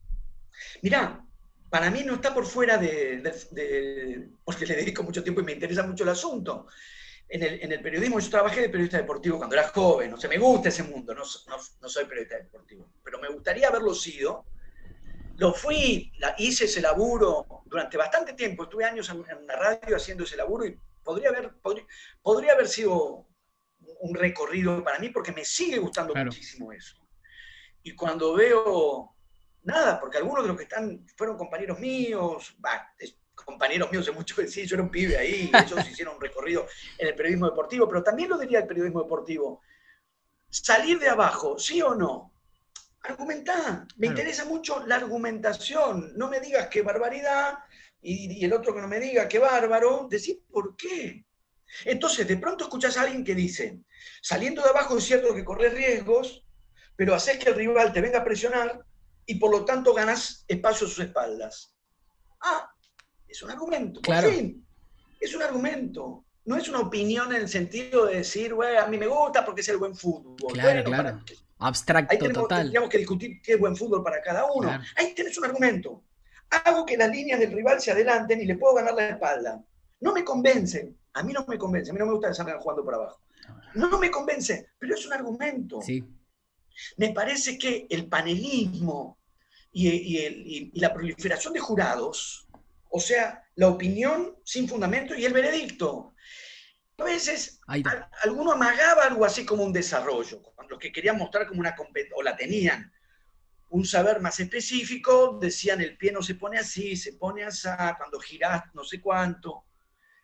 Mirá, para mí no está por fuera de, de, de, porque le dedico mucho tiempo y me interesa mucho el asunto. En el, en el periodismo, yo trabajé de periodista deportivo cuando era joven, o sea, me gusta ese mundo, no, no, no soy periodista deportivo, pero me gustaría haberlo sido. Lo fui, la, hice ese laburo durante bastante tiempo, estuve años en, en la radio haciendo ese laburo y podría haber, podría, podría haber sido un recorrido para mí porque me sigue gustando claro. muchísimo eso. Y cuando veo... Nada, porque algunos de los que están fueron compañeros míos, bah, compañeros míos, es mucho decir, yo era un pibe ahí, ellos hicieron un recorrido en el periodismo deportivo, pero también lo diría el periodismo deportivo. Salir de abajo, ¿sí o no? Argumentá, me claro. interesa mucho la argumentación, no me digas qué barbaridad, y, y el otro que no me diga qué bárbaro, decir por qué. Entonces, de pronto escuchás a alguien que dice, saliendo de abajo es cierto que corres riesgos, pero haces que el rival te venga a presionar, y por lo tanto ganas espacio a sus espaldas. Ah, es un argumento, por claro. fin. Es un argumento. No es una opinión en el sentido de decir, güey, a mí me gusta porque es el buen fútbol. Claro, bueno, claro. Para... Abstracto ahí tenemos, total. Tendríamos que discutir qué es buen fútbol para cada uno. Claro. Ahí tenés un argumento. Hago que las líneas del rival se adelanten y le puedo ganar la espalda. No me convencen. A mí no me convence. A mí no me gusta que salgan jugando por abajo. No me convence, pero es un argumento. Sí. Me parece que el panelismo Y, y, el, y, y la proliferación de jurados, o sea, la opinión sin fundamento y el veredicto. A veces a, alguno amagaba algo así como un desarrollo, los que querían mostrar como una competencia, o la tenían, un saber más específico, decían el pie no se pone así, se pone así, cuando girás no sé cuánto.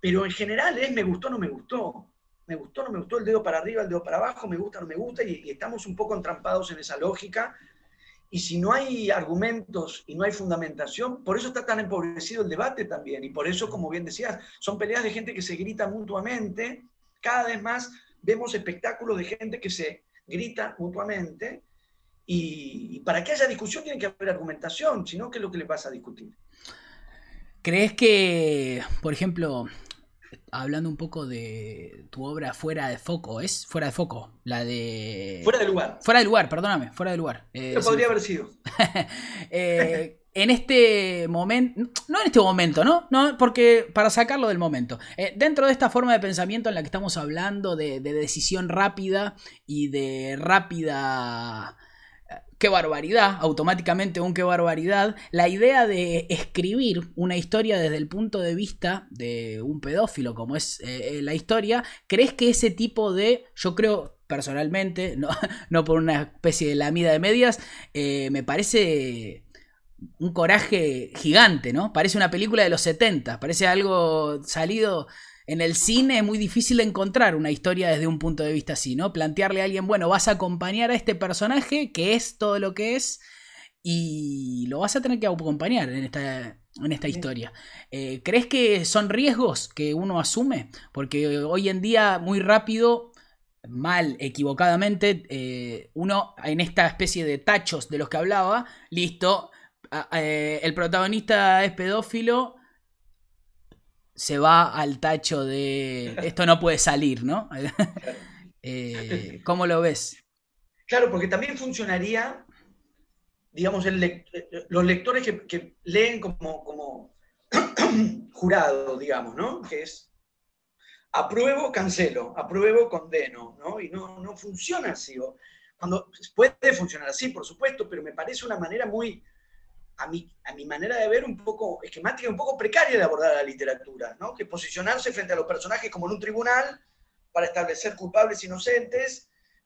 pero en general es me gustó, no me gustó. Me gustó, no me gustó, el dedo para arriba, el dedo para abajo, me gusta, no me gusta, y, y estamos un poco entrampados en esa lógica. Y si no hay argumentos y no hay fundamentación, por eso está tan empobrecido el debate también. Y por eso, como bien decías, son peleas de gente que se grita mutuamente. Cada vez más vemos espectáculos de gente que se grita mutuamente. Y, y para que haya discusión tiene que haber argumentación, si no, ¿qué es lo que le pasa a discutir? ¿Crees que, por ejemplo, hablando un poco de tu obra Fuera de Foco, ¿es? Fuera de Foco, la de... Fuera de lugar. Fuera de lugar, perdóname, fuera de lugar. Eh, Pero podría haber sido. eh, en este momento, no en este momento, ¿no? No, porque para sacarlo del momento. Eh, dentro de esta forma de pensamiento en la que estamos hablando de, de decisión rápida y de rápida... ¡Qué barbaridad! Automáticamente un qué barbaridad. La idea de escribir una historia desde el punto de vista de un pedófilo, como es eh, la historia, ¿crees que ese tipo de... Yo creo, personalmente, no, no por una especie de lamida de medias, eh, me parece un coraje gigante, ¿no? Parece una película de los setenta, parece algo salido... En el cine es muy difícil encontrar una historia desde un punto de vista así, ¿no? Plantearle a alguien, bueno, vas a acompañar a este personaje que es todo lo que es y lo vas a tener que acompañar en esta, en esta historia. Eh, ¿Crees que son riesgos que uno asume? Porque hoy en día, muy rápido, mal, equivocadamente, eh, uno en esta especie de tachos de los que hablaba, listo, eh, el protagonista es pedófilo, se va al tacho de esto no puede salir, ¿no? eh, ¿Cómo lo ves? Claro, porque también funcionaría, digamos, el lect los lectores que, que leen como, como jurado, digamos, ¿no? Que es apruebo, cancelo, apruebo, condeno, ¿no? Y no, no funciona así. O, cuando, puede funcionar así, por supuesto, pero me parece una manera muy... A mi, a mi manera de ver, un poco esquemática, un poco precaria de abordar la literatura, ¿no? Que posicionarse frente a los personajes como en un tribunal para establecer culpables inocentes.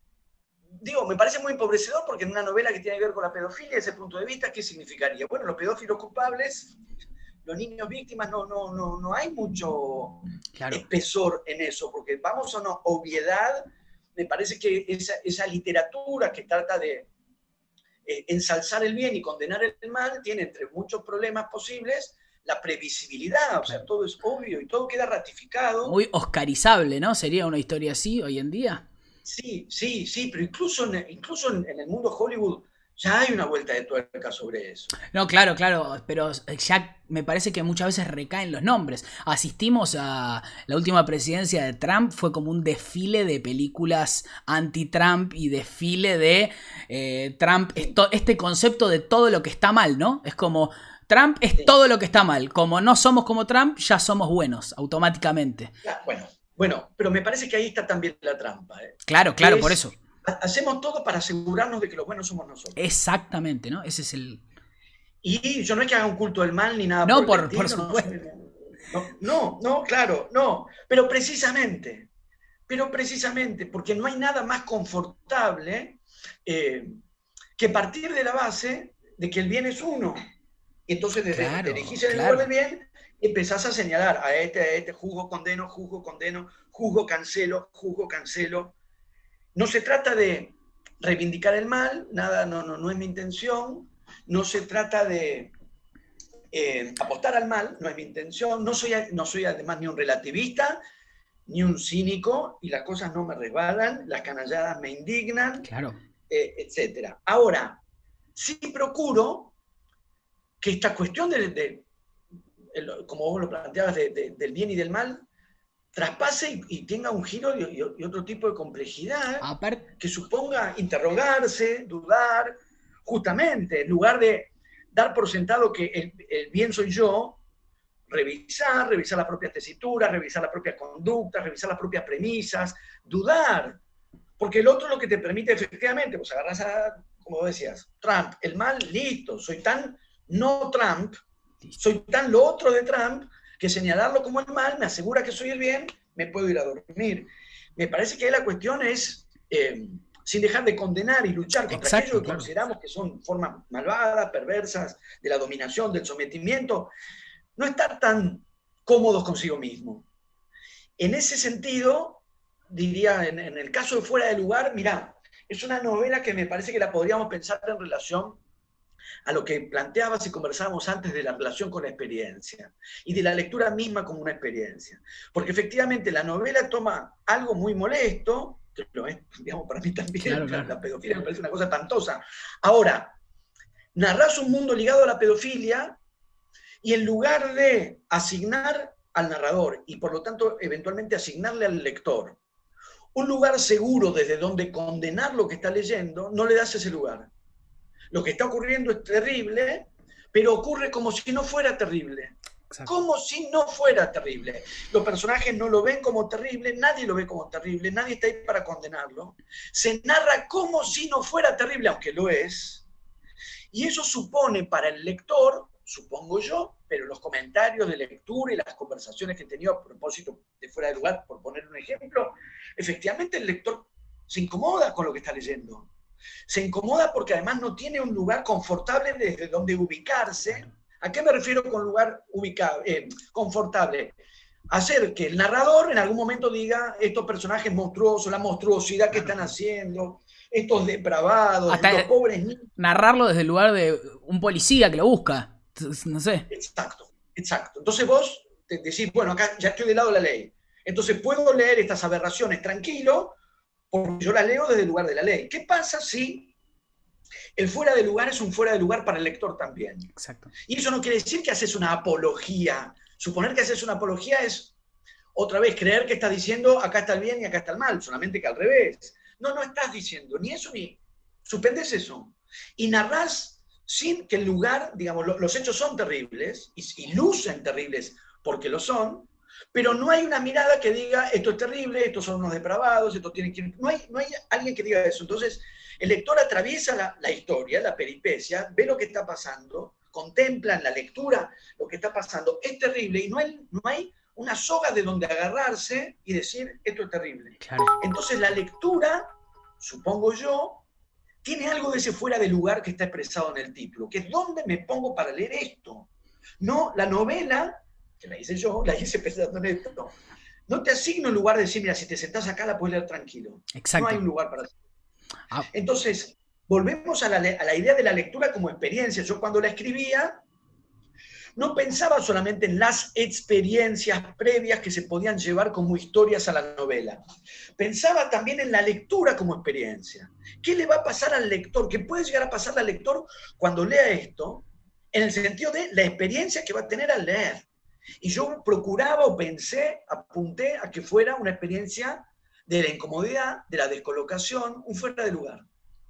Digo, me parece muy empobrecedor porque en una novela que tiene que ver con la pedofilia, ese punto de vista, ¿qué significaría? Bueno, los pedófilos culpables, los niños víctimas, no, no, no, no hay mucho claro. espesor en eso, porque vamos a una obviedad, me parece que esa, esa literatura que trata de Eh, ensalzar el bien y condenar el mal tiene entre muchos problemas posibles la previsibilidad, o sea, todo es obvio y todo queda ratificado. Muy oscarizable, ¿no? ¿Sería una historia así hoy en día? Sí, sí, sí, pero incluso en, incluso en, en el mundo Hollywood ya hay una vuelta de tuerca sobre eso. No, claro, claro, pero ya me parece que muchas veces recaen los nombres. Asistimos a la última presidencia de Trump, fue como un desfile de películas anti-Trump y desfile de eh, Trump, esto, este concepto de todo lo que está mal, ¿no? Es como, Trump es sí. todo lo que está mal. Como no somos como Trump, ya somos buenos, automáticamente. Ya, bueno, bueno, pero me parece que ahí está también la trampa. ¿eh? Claro, claro, es, por eso. Hacemos todo para asegurarnos de que los buenos somos nosotros. Exactamente, ¿no? Ese es el... Y yo no es que haga un culto del mal ni nada no, por, por, por supuesto. No, no, no, claro, no. Pero precisamente, pero precisamente, porque no hay nada más confortable eh, que partir de la base de que el bien es uno. Y entonces desde claro, te dirigís en el claro. lugar del bien, empezás a señalar a este, a este, juzgo, condeno, juzgo, condeno, juzgo, cancelo, juzgo, cancelo. No se trata de reivindicar el mal, nada, no, no, no es mi intención. No se trata de eh, apostar al mal, no es mi intención. No soy, no soy además ni un relativista, ni un cínico, y las cosas no me resbalan, las canalladas me indignan, claro. eh, etcétera. Ahora, sí procuro que esta cuestión, de, de, de como vos lo planteabas, de, de, del bien y del mal, traspase y, y tenga un giro y, y, y otro tipo de complejidad Aparte... que suponga interrogarse, dudar, justamente, en lugar de dar por sentado que el, el bien soy yo, revisar, revisar las propias tesituras, revisar las propias conductas, revisar las propias premisas, dudar, porque el otro es lo que te permite efectivamente, pues agarras a, como decías, Trump, el mal, listo, soy tan no Trump, soy tan lo otro de Trump, que señalarlo como el mal me asegura que soy el bien, me puedo ir a dormir. Me parece que ahí la cuestión es, eh, sin dejar de condenar y luchar contra Exacto, aquello que claro. consideramos que son formas malvadas, perversas, de la dominación, del sometimiento, no estar tan cómodos consigo mismo. en ese sentido, diría, en, en el caso de Fuera de Lugar, mirá, es una novela que me parece que la podríamos pensar en relación a lo que planteabas y conversábamos antes de la relación con la experiencia y de la lectura misma como una experiencia. Porque efectivamente la novela toma algo muy molesto, que lo es, digamos, para mí también, Claro, la, claro. la pedofilia me parece una cosa espantosa. Ahora, narrás un mundo ligado a la pedofilia y en lugar de asignar al narrador y por lo tanto eventualmente asignarle al lector un lugar seguro desde donde condenar lo que está leyendo, no le das ese lugar. Lo que está ocurriendo es terrible, pero ocurre como si no fuera terrible. Exacto. Como si no fuera terrible. Los personajes no lo ven como terrible, nadie lo ve como terrible, nadie está ahí para condenarlo. Se narra como si no fuera terrible, aunque lo es. Y eso supone para el lector, supongo yo, pero los comentarios de lectura y las conversaciones que he tenido a propósito de Fuera de Lugar, por poner un ejemplo, efectivamente el lector se incomoda con lo que está leyendo. Se incomoda porque además no tiene un lugar confortable desde donde ubicarse. ¿A qué me refiero con lugar ubicado, eh, confortable? Hacer que el narrador en algún momento diga estos personajes monstruosos, la monstruosidad que están haciendo, estos depravados, hasta estos pobres niños. Narrarlo desde el lugar de un policía que lo busca. No sé. Exacto, exacto. Entonces vos te decís, bueno, acá ya estoy del lado de la ley. Entonces puedo leer estas aberraciones tranquilo, porque yo las leo desde el lugar de la ley. ¿Qué pasa si el fuera de lugar es un fuera de lugar para el lector también? Exacto. Y eso no quiere decir que haces una apología. Suponer que haces una apología es, otra vez, creer que estás diciendo acá está el bien y acá está el mal, solamente que al revés. No, no estás diciendo ni eso ni... Suspendes eso. Y narrás sin que el lugar, digamos, lo, los hechos son terribles y, y lucen terribles porque lo son, pero no hay una mirada que diga esto es terrible, estos son unos depravados, estos tienen que... No hay, no hay alguien que diga eso. Entonces, el lector atraviesa la, la historia, la peripecia, ve lo que está pasando, contempla en la lectura lo que está pasando, es terrible y no hay, no hay una soga de donde agarrarse y decir esto es terrible. Claro. Entonces la lectura, supongo yo, tiene algo de ese fuera de lugar que está expresado en el título, que es dónde me pongo para leer esto. No, la novela, que la hice yo, la hice pensando en esto, no te asigna un lugar de decir, mira, si te sentás acá la puedes leer tranquilo. Exacto. No hay un lugar para hacerlo. Ah. Entonces, volvemos a la, a la idea de la lectura como experiencia. Yo cuando la escribía, no pensaba solamente en las experiencias previas que se podían llevar como historias a la novela. Pensaba también en la lectura como experiencia. ¿Qué le va a pasar al lector? ¿Qué puede llegar a pasar al lector cuando lea esto? En el sentido de la experiencia que va a tener al leer. Y yo procuraba o pensé, apunté a que fuera una experiencia de la incomodidad, de la descolocación, un fuera de lugar.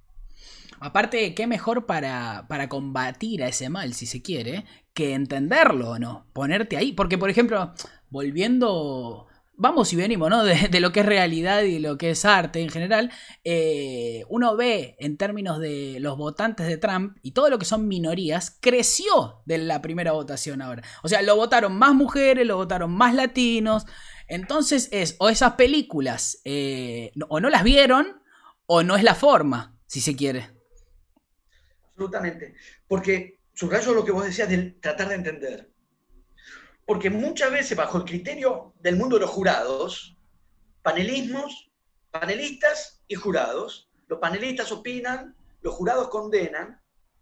Aparte, qué mejor para, para combatir a ese mal, si se quiere, que entenderlo, ¿no? Ponerte ahí. Porque, por ejemplo, volviendo... Vamos y venimos, ¿no? De, de lo que es realidad y lo que es arte en general. Eh, uno ve, en términos de los votantes de Trump y todo lo que son minorías, creció de la primera votación ahora. O sea, lo votaron más mujeres, lo votaron más latinos. Entonces es, o esas películas, eh, o no las vieron, o no es la forma, si se quiere. Absolutamente. Porque subrayo lo que vos decías de tratar de entender. Porque muchas veces, bajo el criterio del mundo de los jurados, panelismos, panelistas y jurados, los panelistas opinan, los jurados condenan,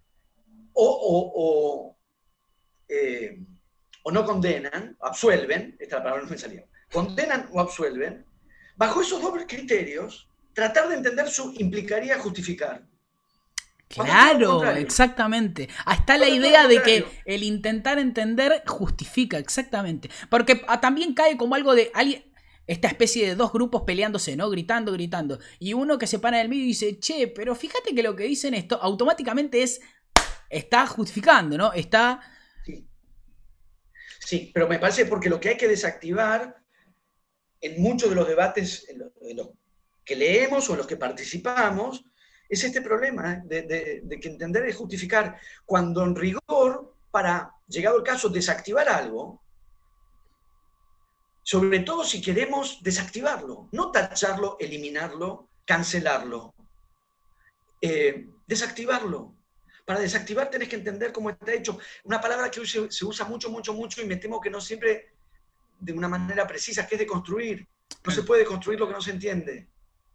o, o, o, eh, o no condenan, absuelven, esta palabra no me salía, condenan o absuelven. Bajo esos dobles criterios, tratar de entender su implicaría justificar. Claro, exactamente. Ahí está la idea de que el intentar entender justifica, exactamente. Porque también cae como algo de alguien, esta especie de dos grupos peleándose, ¿no? Gritando, gritando. Y uno que se para en el medio y dice, che, pero fíjate que lo que dicen esto automáticamente es, está justificando, ¿no? Está... Sí. Sí, pero me parece porque lo que hay que desactivar en muchos de los debates en los, en los que leemos o en los que participamos, es este problema de, de, de que entender es justificar, cuando en rigor, para, llegado el caso, desactivar algo, sobre todo si queremos desactivarlo, no tacharlo, eliminarlo, cancelarlo, eh, desactivarlo. Para desactivar tenés que entender cómo está hecho. Una palabra que se usa mucho, mucho, mucho y me temo que no siempre de una manera precisa, que es de construir. No Claro. se puede construir lo que no se entiende.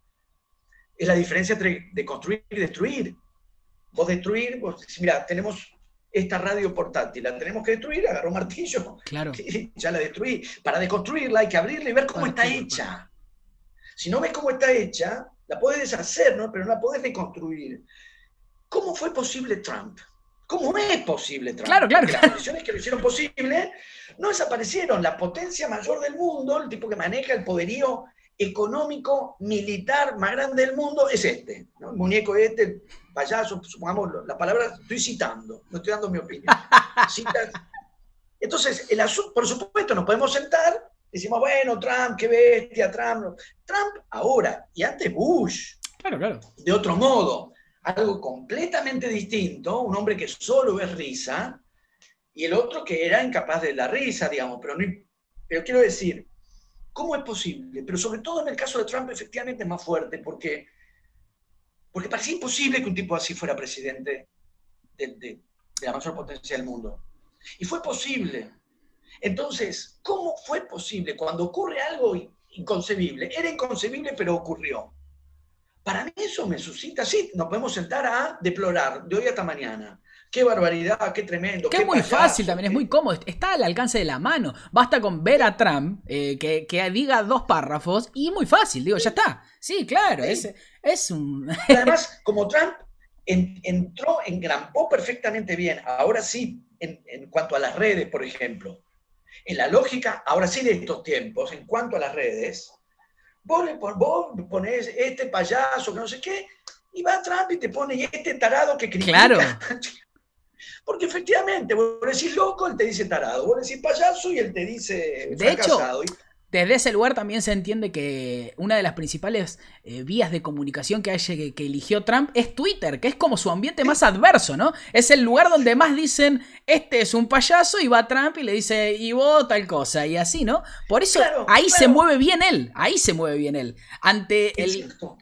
Es la diferencia entre de construir y destruir. Vos destruir, vos decís, mira, tenemos esta radio portátil, la tenemos que destruir, agarró un martillo, Claro. y ya la destruí. Para deconstruirla hay que abrirla y ver cómo está hecha. Si no ves cómo está hecha, la podés deshacer, ¿no? Pero no la podés reconstruir. ¿Cómo fue posible Trump? ¿Cómo es posible Trump? Claro, claro, Porque claro. las condiciones que lo hicieron posible no desaparecieron. La potencia mayor del mundo, el tipo que maneja el poderío económico, militar más grande del mundo, es este, ¿no? El muñeco este, el payaso, supongamos las palabras, estoy citando, no estoy dando mi opinión. Citas. Entonces, el asunto, por supuesto, nos podemos sentar, decimos, bueno, Trump, qué bestia, Trump. Trump ahora, y antes Bush. Claro, claro. De otro modo, algo completamente distinto, un hombre que solo es risa, y el otro que era incapaz de la risa, digamos, pero, no, pero quiero decir, ¿cómo es posible? Pero sobre todo en el caso de Trump, efectivamente es más fuerte, porque, porque parecía imposible que un tipo así fuera presidente de, de, de la mayor potencia del mundo. Y fue posible. Entonces, ¿cómo fue posible cuando ocurre algo inconcebible? Era inconcebible, pero ocurrió. Para mí eso me suscita, sí, nos podemos sentar a deplorar de hoy hasta mañana. Qué barbaridad, qué tremendo. Que qué es muy payaso, fácil también, qué... es muy cómodo, está al alcance de la mano. Basta con ver a Trump eh, que, que diga dos párrafos y muy fácil, digo, ya está. Sí, claro, sí. Es, es un... Y además, como Trump en, entró, engrampó perfectamente bien, ahora sí, en, en cuanto a las redes, por ejemplo, en la lógica, ahora sí de estos tiempos, en cuanto a las redes, vos, le pon, vos ponés este payaso que no sé qué, y va Trump y te pone y este tarado que critica. Claro. Porque efectivamente, vos decís loco, él te dice tarado, vos decís payaso y él te dice De fracasado. hecho, desde ese lugar también se entiende que una de las principales eh, vías de comunicación que, hay, que, que eligió Trump es Twitter, que es como su ambiente más adverso, ¿no? Es el lugar donde más dicen, este es un payaso, y va Trump y le dice, y vos tal cosa, y así, ¿no? Por eso claro, ahí claro. se mueve bien él, ahí se mueve bien él. Ante el... Exacto,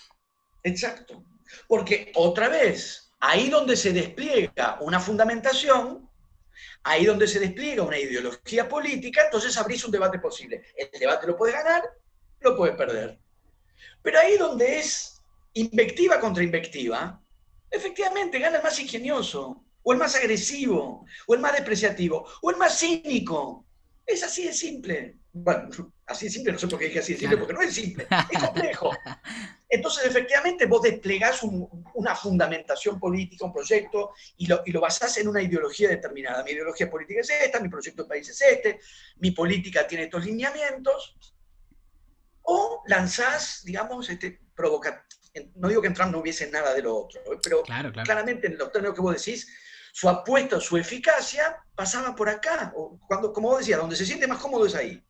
exacto. Porque otra vez, ahí donde se despliega una fundamentación, ahí donde se despliega una ideología política, entonces abrís un debate posible. El debate lo puedes ganar, lo puedes perder. Pero ahí donde es invectiva contra invectiva, efectivamente gana el más ingenioso, o el más agresivo, o el más despreciativo, o el más cínico. Es así de simple. Bueno, así de simple, no sé por qué dije así de simple, porque no es simple, es complejo. Entonces, efectivamente, vos desplegás un, una fundamentación política, un proyecto, y lo, y lo basás en una ideología determinada. Mi ideología política es esta, mi proyecto de país es este, mi política tiene estos lineamientos, o lanzás, digamos, este, provoca... no digo que en Trump no hubiese nada de lo otro, pero claro, claro. claramente en los términos que vos decís, su apuesta, su eficacia pasaba por acá, o cuando, como vos decías, donde se siente más cómodo es ahí.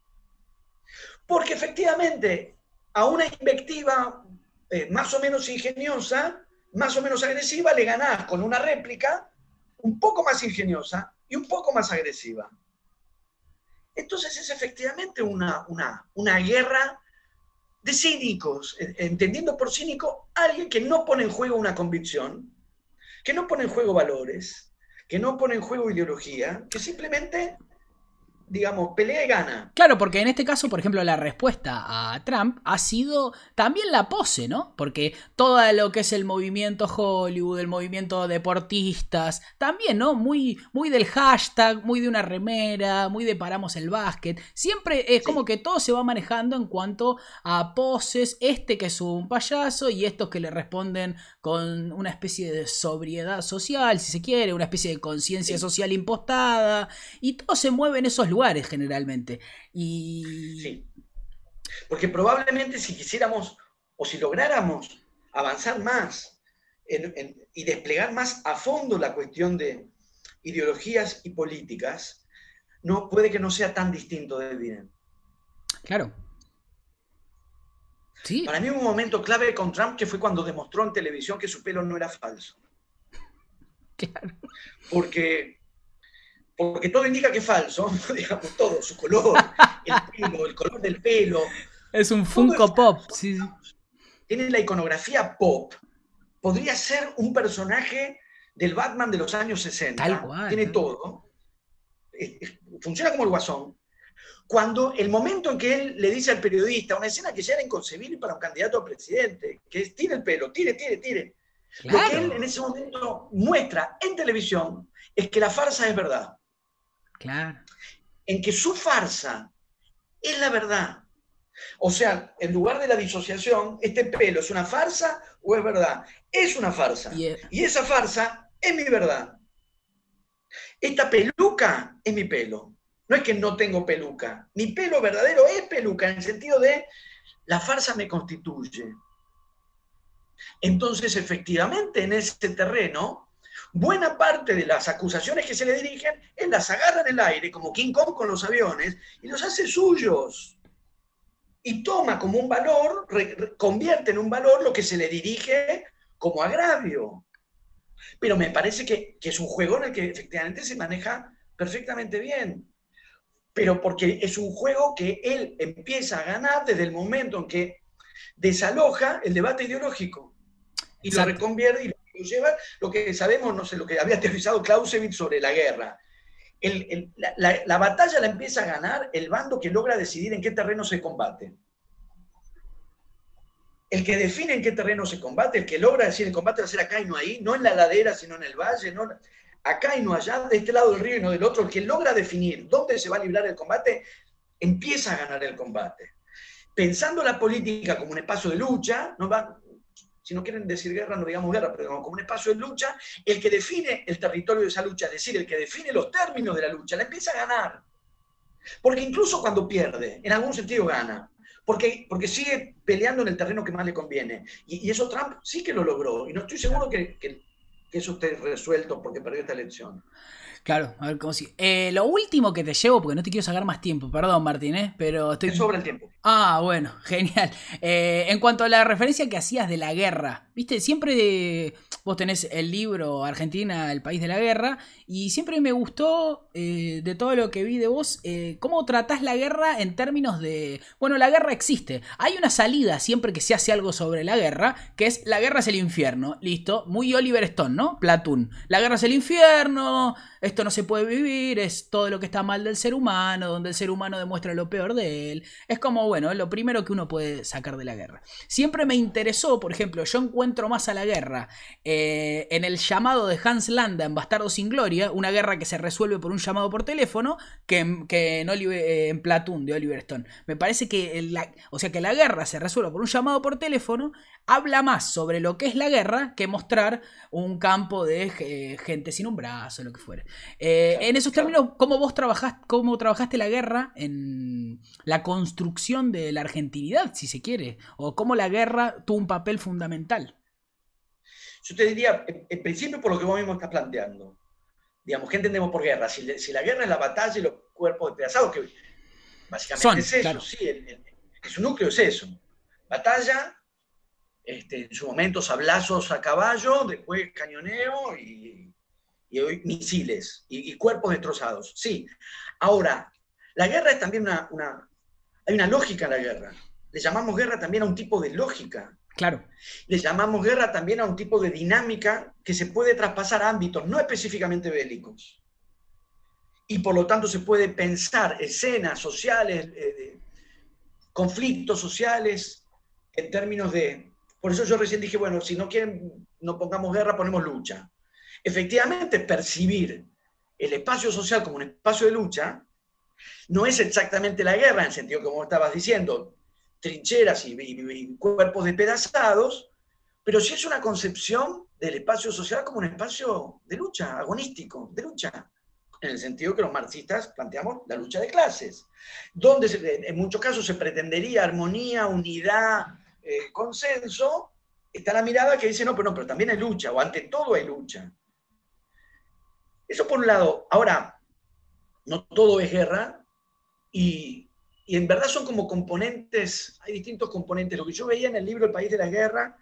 Porque efectivamente, a una invectiva eh, más o menos ingeniosa, más o menos agresiva, le ganás con una réplica un poco más ingeniosa y un poco más agresiva. Entonces es efectivamente una, una, una guerra de cínicos, entendiendo por cínico alguien que no pone en juego una convicción, que no pone en juego valores, que no pone en juego ideología, que simplemente, digamos, pelea y gana. Claro, porque en este caso, por ejemplo, la respuesta a Trump ha sido también la pose, ¿no? Porque todo lo que es el movimiento Hollywood, el movimiento deportistas, también, ¿no? Muy, muy del hashtag, muy de una remera, muy de paramos el básquet. Siempre es como sí. que todo se va manejando en cuanto a poses, este que es un payaso y estos que le responden con una especie de sobriedad social, si se quiere, una especie de conciencia sí. social impostada, y todo se mueve en esos lugares generalmente. Y... Sí. Porque probablemente si quisiéramos o si lográramos avanzar más en, en, y desplegar más a fondo la cuestión de ideologías y políticas, no, puede que no sea tan distinto de Biden. Claro. Sí. Para mí hubo un momento clave con Trump que fue cuando demostró en televisión que su pelo no era falso. Claro. Porque Porque todo indica que es falso, digamos, todo, su color, el pelo, el color del pelo. Es un Funko es Pop, sí. Tiene la iconografía pop. Podría ser un personaje del Batman de los años sesenta. Tal cual. Tiene ¿no? todo. Funciona como el Guasón. Cuando el momento en que él le dice al periodista, una escena que ya era inconcebible para un candidato a presidente, que es tire el pelo, tire, tire, tire. Claro. Lo que él en ese momento muestra en televisión es que la farsa es verdad. Claro. En que su farsa es la verdad. O sea, en lugar de la disociación, este pelo es una farsa o es verdad. Es una farsa. Yeah. Y esa farsa es mi verdad. Esta peluca es mi pelo. No es que no tengo peluca. Mi pelo verdadero es peluca, en el sentido de la farsa me constituye. Entonces, efectivamente, en ese terreno, buena parte de las acusaciones que se le dirigen, él las agarra en el aire, como King Kong con los aviones, y los hace suyos. Y toma como un valor, re, re, convierte en un valor lo que se le dirige como agravio. Pero me parece que, que es un juego en el que efectivamente se maneja perfectamente bien. Pero porque es un juego que él empieza a ganar desde el momento en que desaloja el debate ideológico y Exacto. lo reconvierte y lo lleva, lo que sabemos, no sé, lo que había teorizado Clausewitz sobre la guerra. El, el, la, la, la batalla la empieza a ganar el bando que logra decidir en qué terreno se combate. El que define en qué terreno se combate, el que logra decir el combate va a ser acá y no ahí, no en la ladera, sino en el valle, no... acá y no allá, de este lado del río y no del otro, el que logra definir dónde se va a librar el combate, empieza a ganar el combate. Pensando la política como un espacio de lucha, no va, si no quieren decir guerra, no digamos guerra, pero como un espacio de lucha, el que define el territorio de esa lucha, es decir, el que define los términos de la lucha, la empieza a ganar. Porque incluso cuando pierde, en algún sentido gana. Porque, porque sigue peleando en el terreno que más le conviene. Y, y eso Trump sí que lo logró. Y no estoy seguro que... que que eso esté resuelto porque perdió esta elección. Claro, a ver cómo sigue. Eh, lo último que te llevo, porque no te quiero sacar más tiempo, perdón Martín, ¿eh? Pero estoy... Te sobra el tiempo. Ah, bueno, genial. Eh, en cuanto a la referencia que hacías de la guerra, viste, siempre vos tenés el libro Argentina, el país de la guerra, y siempre me gustó eh, de todo lo que vi de vos, eh, cómo tratás la guerra en términos de, bueno, la guerra existe. Hay una salida siempre que se hace algo sobre la guerra, que es la guerra es el infierno, listo, muy Oliver Stone, ¿no? Platoon. La guerra es el infierno, esto no se puede vivir, es todo lo que está mal del ser humano, donde el ser humano demuestra lo peor de él. Es como, bueno, es lo primero que uno puede sacar de la guerra. Siempre me interesó, por ejemplo, yo encuentro más a la guerra eh, en el llamado de Hans Landa en Bastardo sin Gloria, una guerra que se resuelve por un llamado por teléfono, que en, que en, Oliver, eh, en Platoon de Oliver Stone. Me parece que la, o sea, que la guerra se resuelva por un llamado por teléfono habla más sobre lo que es la guerra que mostrar un campo de eh, gente sin un brazo, lo que fuera. Eh, claro, en esos términos, claro. ¿cómo vos trabajaste, cómo trabajaste la guerra en la construcción de la argentinidad, si se quiere? ¿O cómo la guerra tuvo un papel fundamental? Yo te diría, en principio, por lo que vos mismo estás planteando. Digamos, ¿qué entendemos por guerra? Si, si la guerra es la batalla y los cuerpos despedazados, que básicamente Son, es eso, claro. sí, el, el, el, su núcleo es eso. Batalla, este, en su momento sablazos a caballo, después cañoneo y, y hoy misiles y, y cuerpos destrozados. Sí. Ahora, la guerra es también una, una... Hay una lógica en la guerra. Le llamamos guerra también a un tipo de lógica. Claro. Le llamamos guerra también a un tipo de dinámica que se puede traspasar a ámbitos no específicamente bélicos. Y por lo tanto se puede pensar escenas sociales, eh, conflictos sociales, en términos de... Por eso yo recién dije, bueno, si no quieren, no pongamos guerra, ponemos lucha. Efectivamente, percibir el espacio social como un espacio de lucha no es exactamente la guerra, en el sentido que como estabas diciendo, trincheras y, y, y cuerpos despedazados, pero sí es una concepción del espacio social como un espacio de lucha, agonístico, de lucha, en el sentido que los marxistas planteamos la lucha de clases, donde se, en muchos casos se pretendería armonía, unidad, eh, consenso. Está la mirada que dice, no, pero no, pero también hay lucha, o ante todo hay lucha. Eso por un lado. Ahora, no todo es guerra, y Y en verdad son como componentes, hay distintos componentes. Lo que yo veía en el libro El País de la Guerra,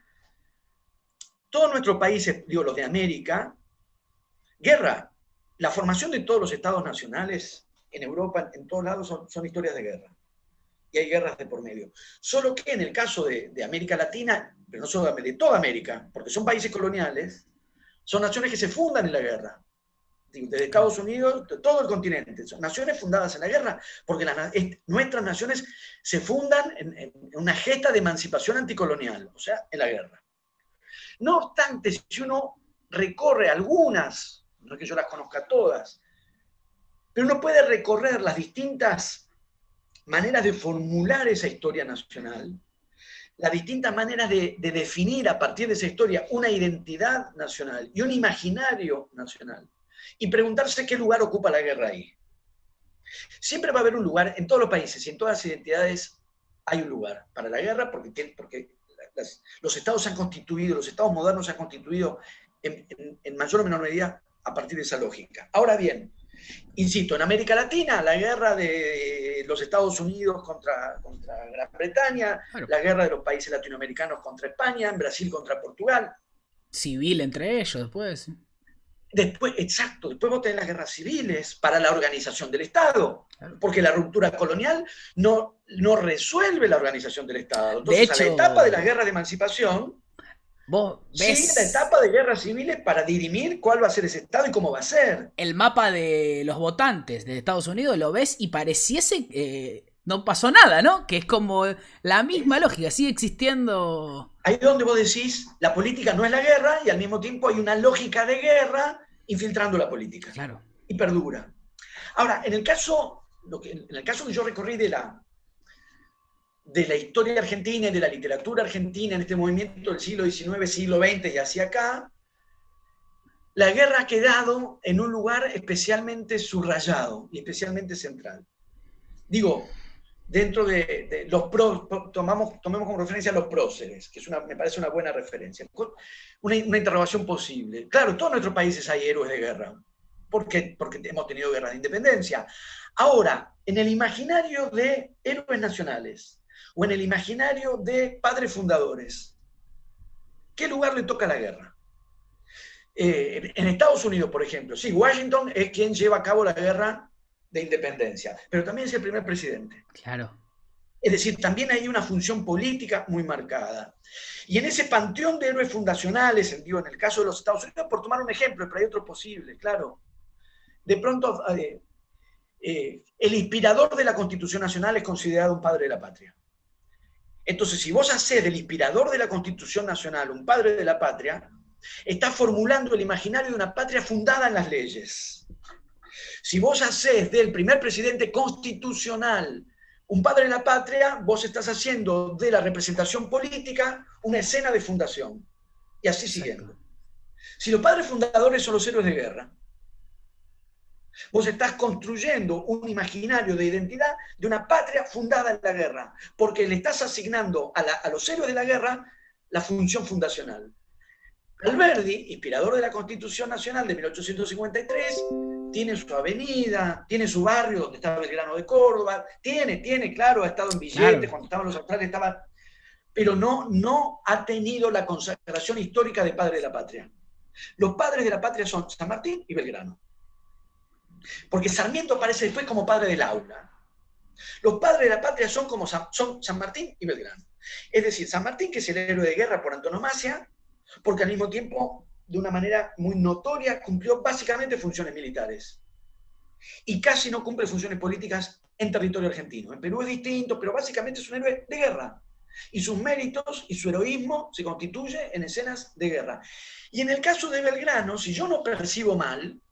todos nuestros países, digo los de América, guerra, la formación de todos los estados nacionales en Europa, en todos lados, son, son historias de guerra. Y hay guerras de por medio. Solo que en el caso de, de América Latina, pero no solo de, de toda América, porque son países coloniales, son naciones que se fundan en la guerra. desde Estados Unidos, de todo el continente. Son naciones fundadas en la guerra, porque las, nuestras naciones se fundan en, en una gesta de emancipación anticolonial, o sea, en la guerra. No obstante, si uno recorre algunas, no es que yo las conozca todas, pero uno puede recorrer las distintas maneras de formular esa historia nacional, las distintas maneras de, de definir a partir de esa historia una identidad nacional y un imaginario nacional, y preguntarse qué lugar ocupa la guerra ahí. Siempre va a haber un lugar, en todos los países y en todas las identidades hay un lugar para la guerra, porque, porque las, los estados se han constituido, los estados modernos se han constituido en, en, en mayor o menor medida a partir de esa lógica. Ahora bien, insisto, en América Latina, la guerra de los Estados Unidos contra, contra Gran Bretaña, claro. La guerra de los países latinoamericanos contra España, en Brasil contra Portugal. Civil entre ellos después. Después, exacto, después vos tenés las guerras civiles para la organización del Estado, claro. Porque la ruptura colonial no, no resuelve la organización del Estado. Entonces, de hecho, a la etapa de la guerra de emancipación, vos ves... sigue la etapa de guerras civiles para dirimir cuál va a ser ese Estado y cómo va a ser. El mapa de los votantes de Estados Unidos lo ves y pareciese que eh, no pasó nada, ¿no? Que es como la misma lógica, sigue existiendo... Ahí es donde vos decís, la política no es la guerra y al mismo tiempo hay una lógica de guerra infiltrando la política. Claro. Y perdura. Ahora, en el caso, lo que, en el caso que yo recorrí de la, de la historia argentina y de la literatura argentina en este movimiento del siglo diecinueve, siglo veinte y hacia acá, la guerra ha quedado en un lugar especialmente subrayado y especialmente central. Digo, dentro de, de los pro, tomamos, tomemos como referencia a los próceres, que es una, me parece una buena referencia. Una, una interrogación posible. Claro, en todos nuestros países hay héroes de guerra. ¿Por qué? Porque hemos tenido guerras de independencia. Ahora, en el imaginario de héroes nacionales o en el imaginario de padres fundadores, ¿qué lugar le toca a la guerra? Eh, en Estados Unidos, por ejemplo, sí, Washington es quien lleva a cabo la guerra de independencia, pero también es el primer presidente. Claro. Es decir, también hay una función política muy marcada. Y en ese panteón de héroes fundacionales, digo, en el caso de los Estados Unidos, por tomar un ejemplo, pero hay otros posibles, claro. De pronto, eh, eh, el inspirador de la Constitución Nacional es considerado un padre de la patria. Entonces, si vos hacés del inspirador de la Constitución Nacional un padre de la patria, estás formulando el imaginario de una patria fundada en las leyes. Si vos hacés del primer presidente constitucional un padre de la patria, vos estás haciendo de la representación política una escena de fundación. Y así siguiendo. Si los padres fundadores son los héroes de guerra, vos estás construyendo un imaginario de identidad de una patria fundada en la guerra, porque le estás asignando a, la, a los héroes de la guerra la función fundacional. Alberdi, inspirador de la Constitución Nacional de mil ochocientos cincuenta y tres, tiene su avenida, tiene su barrio donde estaba Belgrano de Córdoba, tiene, tiene, claro, ha estado en billetes, claro. Cuando estaban los australes estaba, pero no, no ha tenido la consagración histórica de padre de la patria. Los padres de la patria son San Martín y Belgrano. Porque Sarmiento aparece después como padre del aula. Los padres de la patria son como San, son San Martín y Belgrano. Es decir, San Martín, que es el héroe de guerra por antonomasia, porque al mismo tiempo, de una manera muy notoria, cumplió básicamente funciones militares. Y casi no cumple funciones políticas en territorio argentino. En Perú es distinto, pero básicamente es un héroe de guerra. Y sus méritos y su heroísmo se constituye en escenas de guerra. Y en el caso de Belgrano, si yo no percibo mal,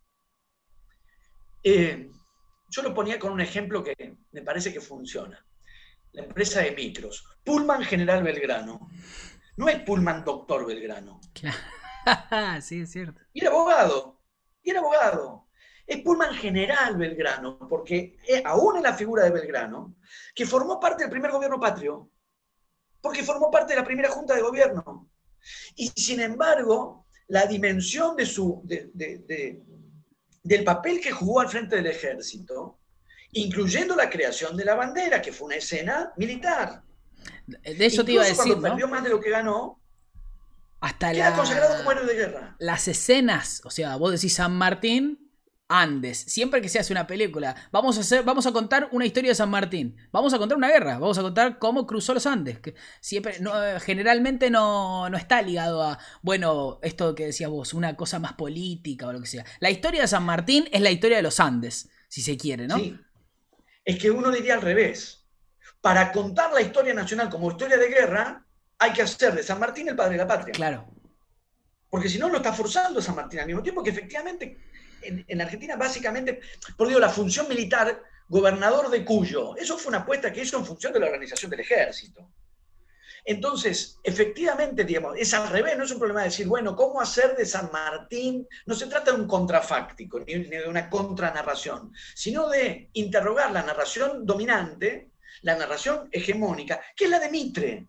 eh, yo lo ponía con un ejemplo que me parece que funciona. La empresa de micros. Pullman General Belgrano. No es Pullman Doctor Belgrano. Claro. Sí, es cierto. Y era abogado. Y era abogado. Es Pullman General Belgrano, porque es, aún en la figura de Belgrano, que formó parte del primer gobierno patrio, porque formó parte de la primera junta de gobierno. Y sin embargo, la dimensión de su, de, de, de, del papel que jugó al frente del ejército, incluyendo la creación de la bandera, que fue una escena militar. De eso te iba a decir, cuando ¿no? Perdió más de lo que ganó, hasta queda la... consagrado como héroe de guerra. Las escenas, o sea, vos decís San Martín, Andes. Siempre que se hace una película, vamos a hacer, vamos a contar una historia de San Martín. Vamos a contar una guerra. Vamos a contar cómo cruzó los Andes. Que siempre, no, generalmente no, no está ligado a, bueno, esto que decías vos, una cosa más política o lo que sea. La historia de San Martín es la historia de los Andes, si se quiere, ¿no? Sí. Es que uno diría al revés. Para contar la historia nacional como historia de guerra, hay que hacer de San Martín el padre de la patria. Claro. Porque si no, lo está forzando San Martín al mismo tiempo que efectivamente en, en Argentina básicamente, por digo, la función militar, gobernador de Cuyo, eso fue una apuesta que hizo en función de la organización del ejército. Entonces, efectivamente, digamos, es al revés, no es un problema de decir, bueno, ¿cómo hacer de San Martín? No se trata de un contrafáctico, ni de una contranarración, sino de interrogar la narración dominante, la narración hegemónica, que es la de Mitre.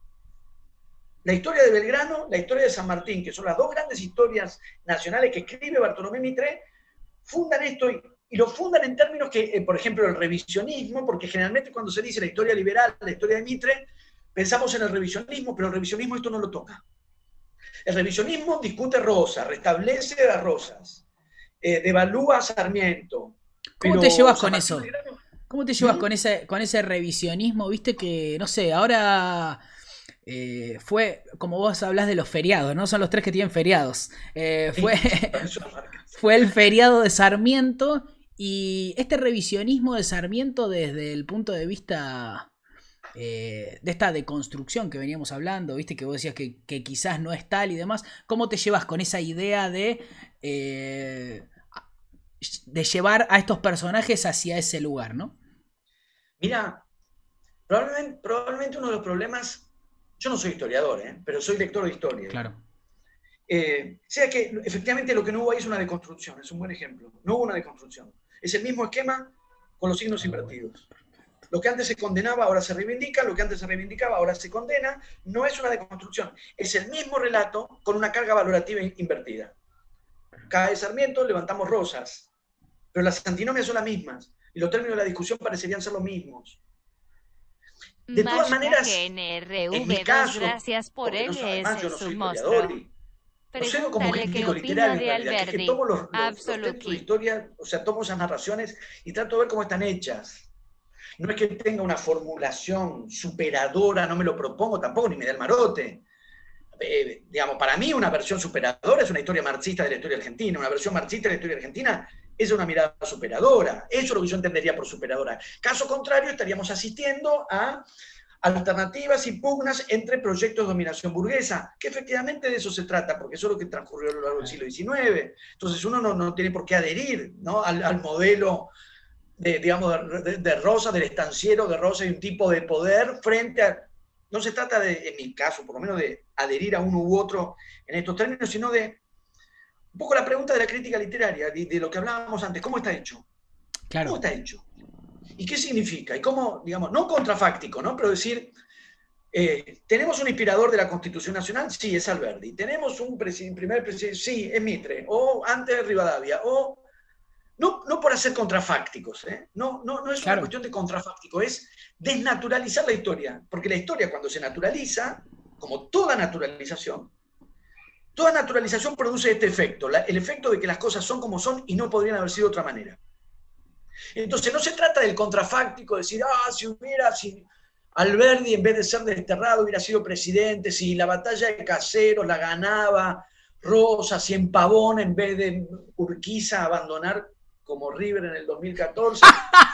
La historia de Belgrano, la historia de San Martín, que son las dos grandes historias nacionales que escribe Bartolomé Mitre, fundan esto y, y lo fundan en términos que, eh, por ejemplo, el revisionismo, porque generalmente cuando se dice la historia liberal, la historia de Mitre, pensamos en el revisionismo, pero el revisionismo esto no lo toca. El revisionismo discute Rosas, restablece a Rosas, eh, devalúa a Sarmiento. ¿Cómo te llevas con eso? Belgrano, ¿Cómo te llevas ¿Mm? con ese, con ese revisionismo? Viste que, no sé, ahora... Eh, fue, como vos hablás de los feriados, ¿no? Son los tres que tienen feriados. Eh, fue, fue el feriado de Sarmiento y este revisionismo de Sarmiento desde el punto de vista eh, de esta deconstrucción que veníamos hablando, viste que vos decías que, que quizás no es tal y demás. ¿Cómo te llevas con esa idea de, eh, de llevar a estos personajes hacia ese lugar, ¿no? Mira, probablemente, probablemente uno de los problemas... Yo no soy historiador, ¿eh? Pero soy lector de historia. Claro. Eh, sea que efectivamente lo que no hubo ahí es una deconstrucción, es un buen ejemplo. No hubo una deconstrucción. Es el mismo esquema con los signos invertidos. Lo que antes se condenaba ahora se reivindica, lo que antes se reivindicaba ahora se condena. No es una deconstrucción, es el mismo relato con una carga valorativa invertida. Cae Sarmiento, levantamos Rosas, pero las antinomias son las mismas y los términos de la discusión parecerían ser los mismos. De todas maneras, en mi caso, gracias por él, no, además yo no soy monstruo. historiador y procedo como crítico literario en realidad, que, es que tomo los, los, los textos de historia, o sea, tomo esas narraciones y trato de ver cómo están hechas. No es que tenga una formulación superadora, no me lo propongo tampoco, ni me da el marote. Eh, digamos, para mí una versión superadora es una historia marxista de la historia argentina, una versión marxista de la historia argentina es una mirada superadora. Eso es lo que yo entendería por superadora. Caso contrario, estaríamos asistiendo a alternativas y pugnas entre proyectos de dominación burguesa, que efectivamente de eso se trata, porque eso es lo que transcurrió a lo largo del siglo diecinueve. Entonces uno no, no tiene por qué adherir, ¿no? al, al modelo de, digamos, de, de Rosa, del estanciero de Rosa y un tipo de poder frente a... No se trata de, en mi caso, por lo menos, de adherir a uno u otro en estos términos, sino de un poco la pregunta de la crítica literaria, de, de lo que hablábamos antes, ¿cómo está hecho? Claro. ¿Cómo está hecho? ¿Y qué significa? Y cómo, digamos, no contrafáctico, ¿no? Pero decir, eh, ¿tenemos un inspirador de la Constitución Nacional? Sí, es Alberdi. ¿Tenemos un presi- primer presidente? Sí, es Mitre. O antes Rivadavia. O... No, no por hacer contrafácticos, ¿eh? No, no, no es Claro. una cuestión de contrafáctico, es desnaturalizar la historia. Porque la historia, cuando se naturaliza, como toda naturalización, toda naturalización produce este efecto, la, el efecto de que las cosas son como son y no podrían haber sido de otra manera. Entonces no se trata del contrafáctico, decir, ah, si hubiera, si Alberdi en vez de ser desterrado hubiera sido presidente, si la batalla de Caseros la ganaba Rosa, si en Pavón en vez de Urquiza abandonar como River en el dos mil catorce,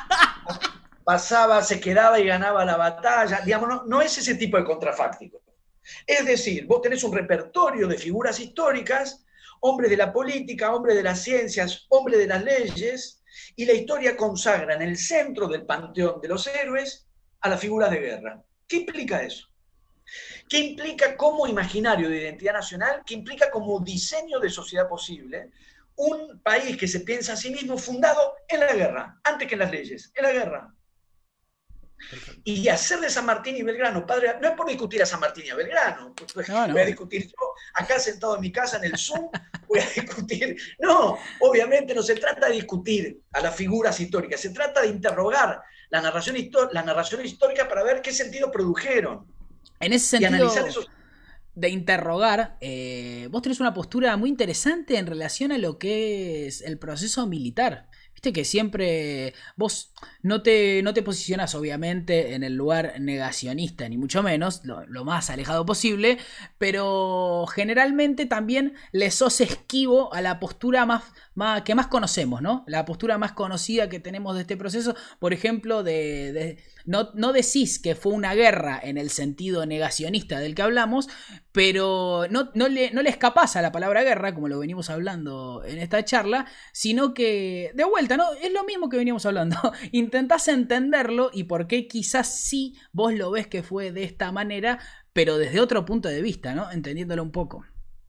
pasaba, se quedaba y ganaba la batalla. Digamos, no, no es ese tipo de contrafáctico. Es decir, vos tenés un repertorio de figuras históricas, hombres de la política, hombres de las ciencias, hombres de las leyes, y la historia consagra en el centro del panteón de los héroes a las figuras de guerra. ¿Qué implica eso? ¿Qué implica como imaginario de identidad nacional? ¿Qué implica como diseño de sociedad posible? Un país que se piensa a sí mismo fundado en la guerra, antes que en las leyes, en la guerra. Perfecto. Y hacer de San Martín y Belgrano, padre, no es por discutir a San Martín y a Belgrano, no, no. Voy a discutir yo, acá sentado en mi casa en el Zoom, voy a discutir. No, obviamente no se trata de discutir a las figuras históricas, se trata de interrogar la narración, la narración histórica para ver qué sentido produjeron. En ese sentido, y analizar esos... de interrogar, eh, vos tenés una postura muy interesante en relación a lo que es el proceso militar. Viste que siempre vos no te, no te posicionás obviamente en el lugar negacionista, ni mucho menos, lo, lo más alejado posible, pero generalmente también le sos esquivo a la postura más, más, que más conocemos, ¿no? La postura más conocida que tenemos de este proceso, por ejemplo, de, de no, no decís que fue una guerra en el sentido negacionista del que hablamos, pero no, no, le, no le escapás a la palabra guerra, como lo venimos hablando en esta charla, sino que, de vuelta, ¿no? Es lo mismo que veníamos hablando. Intentás entenderlo y por qué quizás sí vos lo ves que fue de esta manera, pero desde otro punto de vista, ¿no? Entendiéndolo un poco.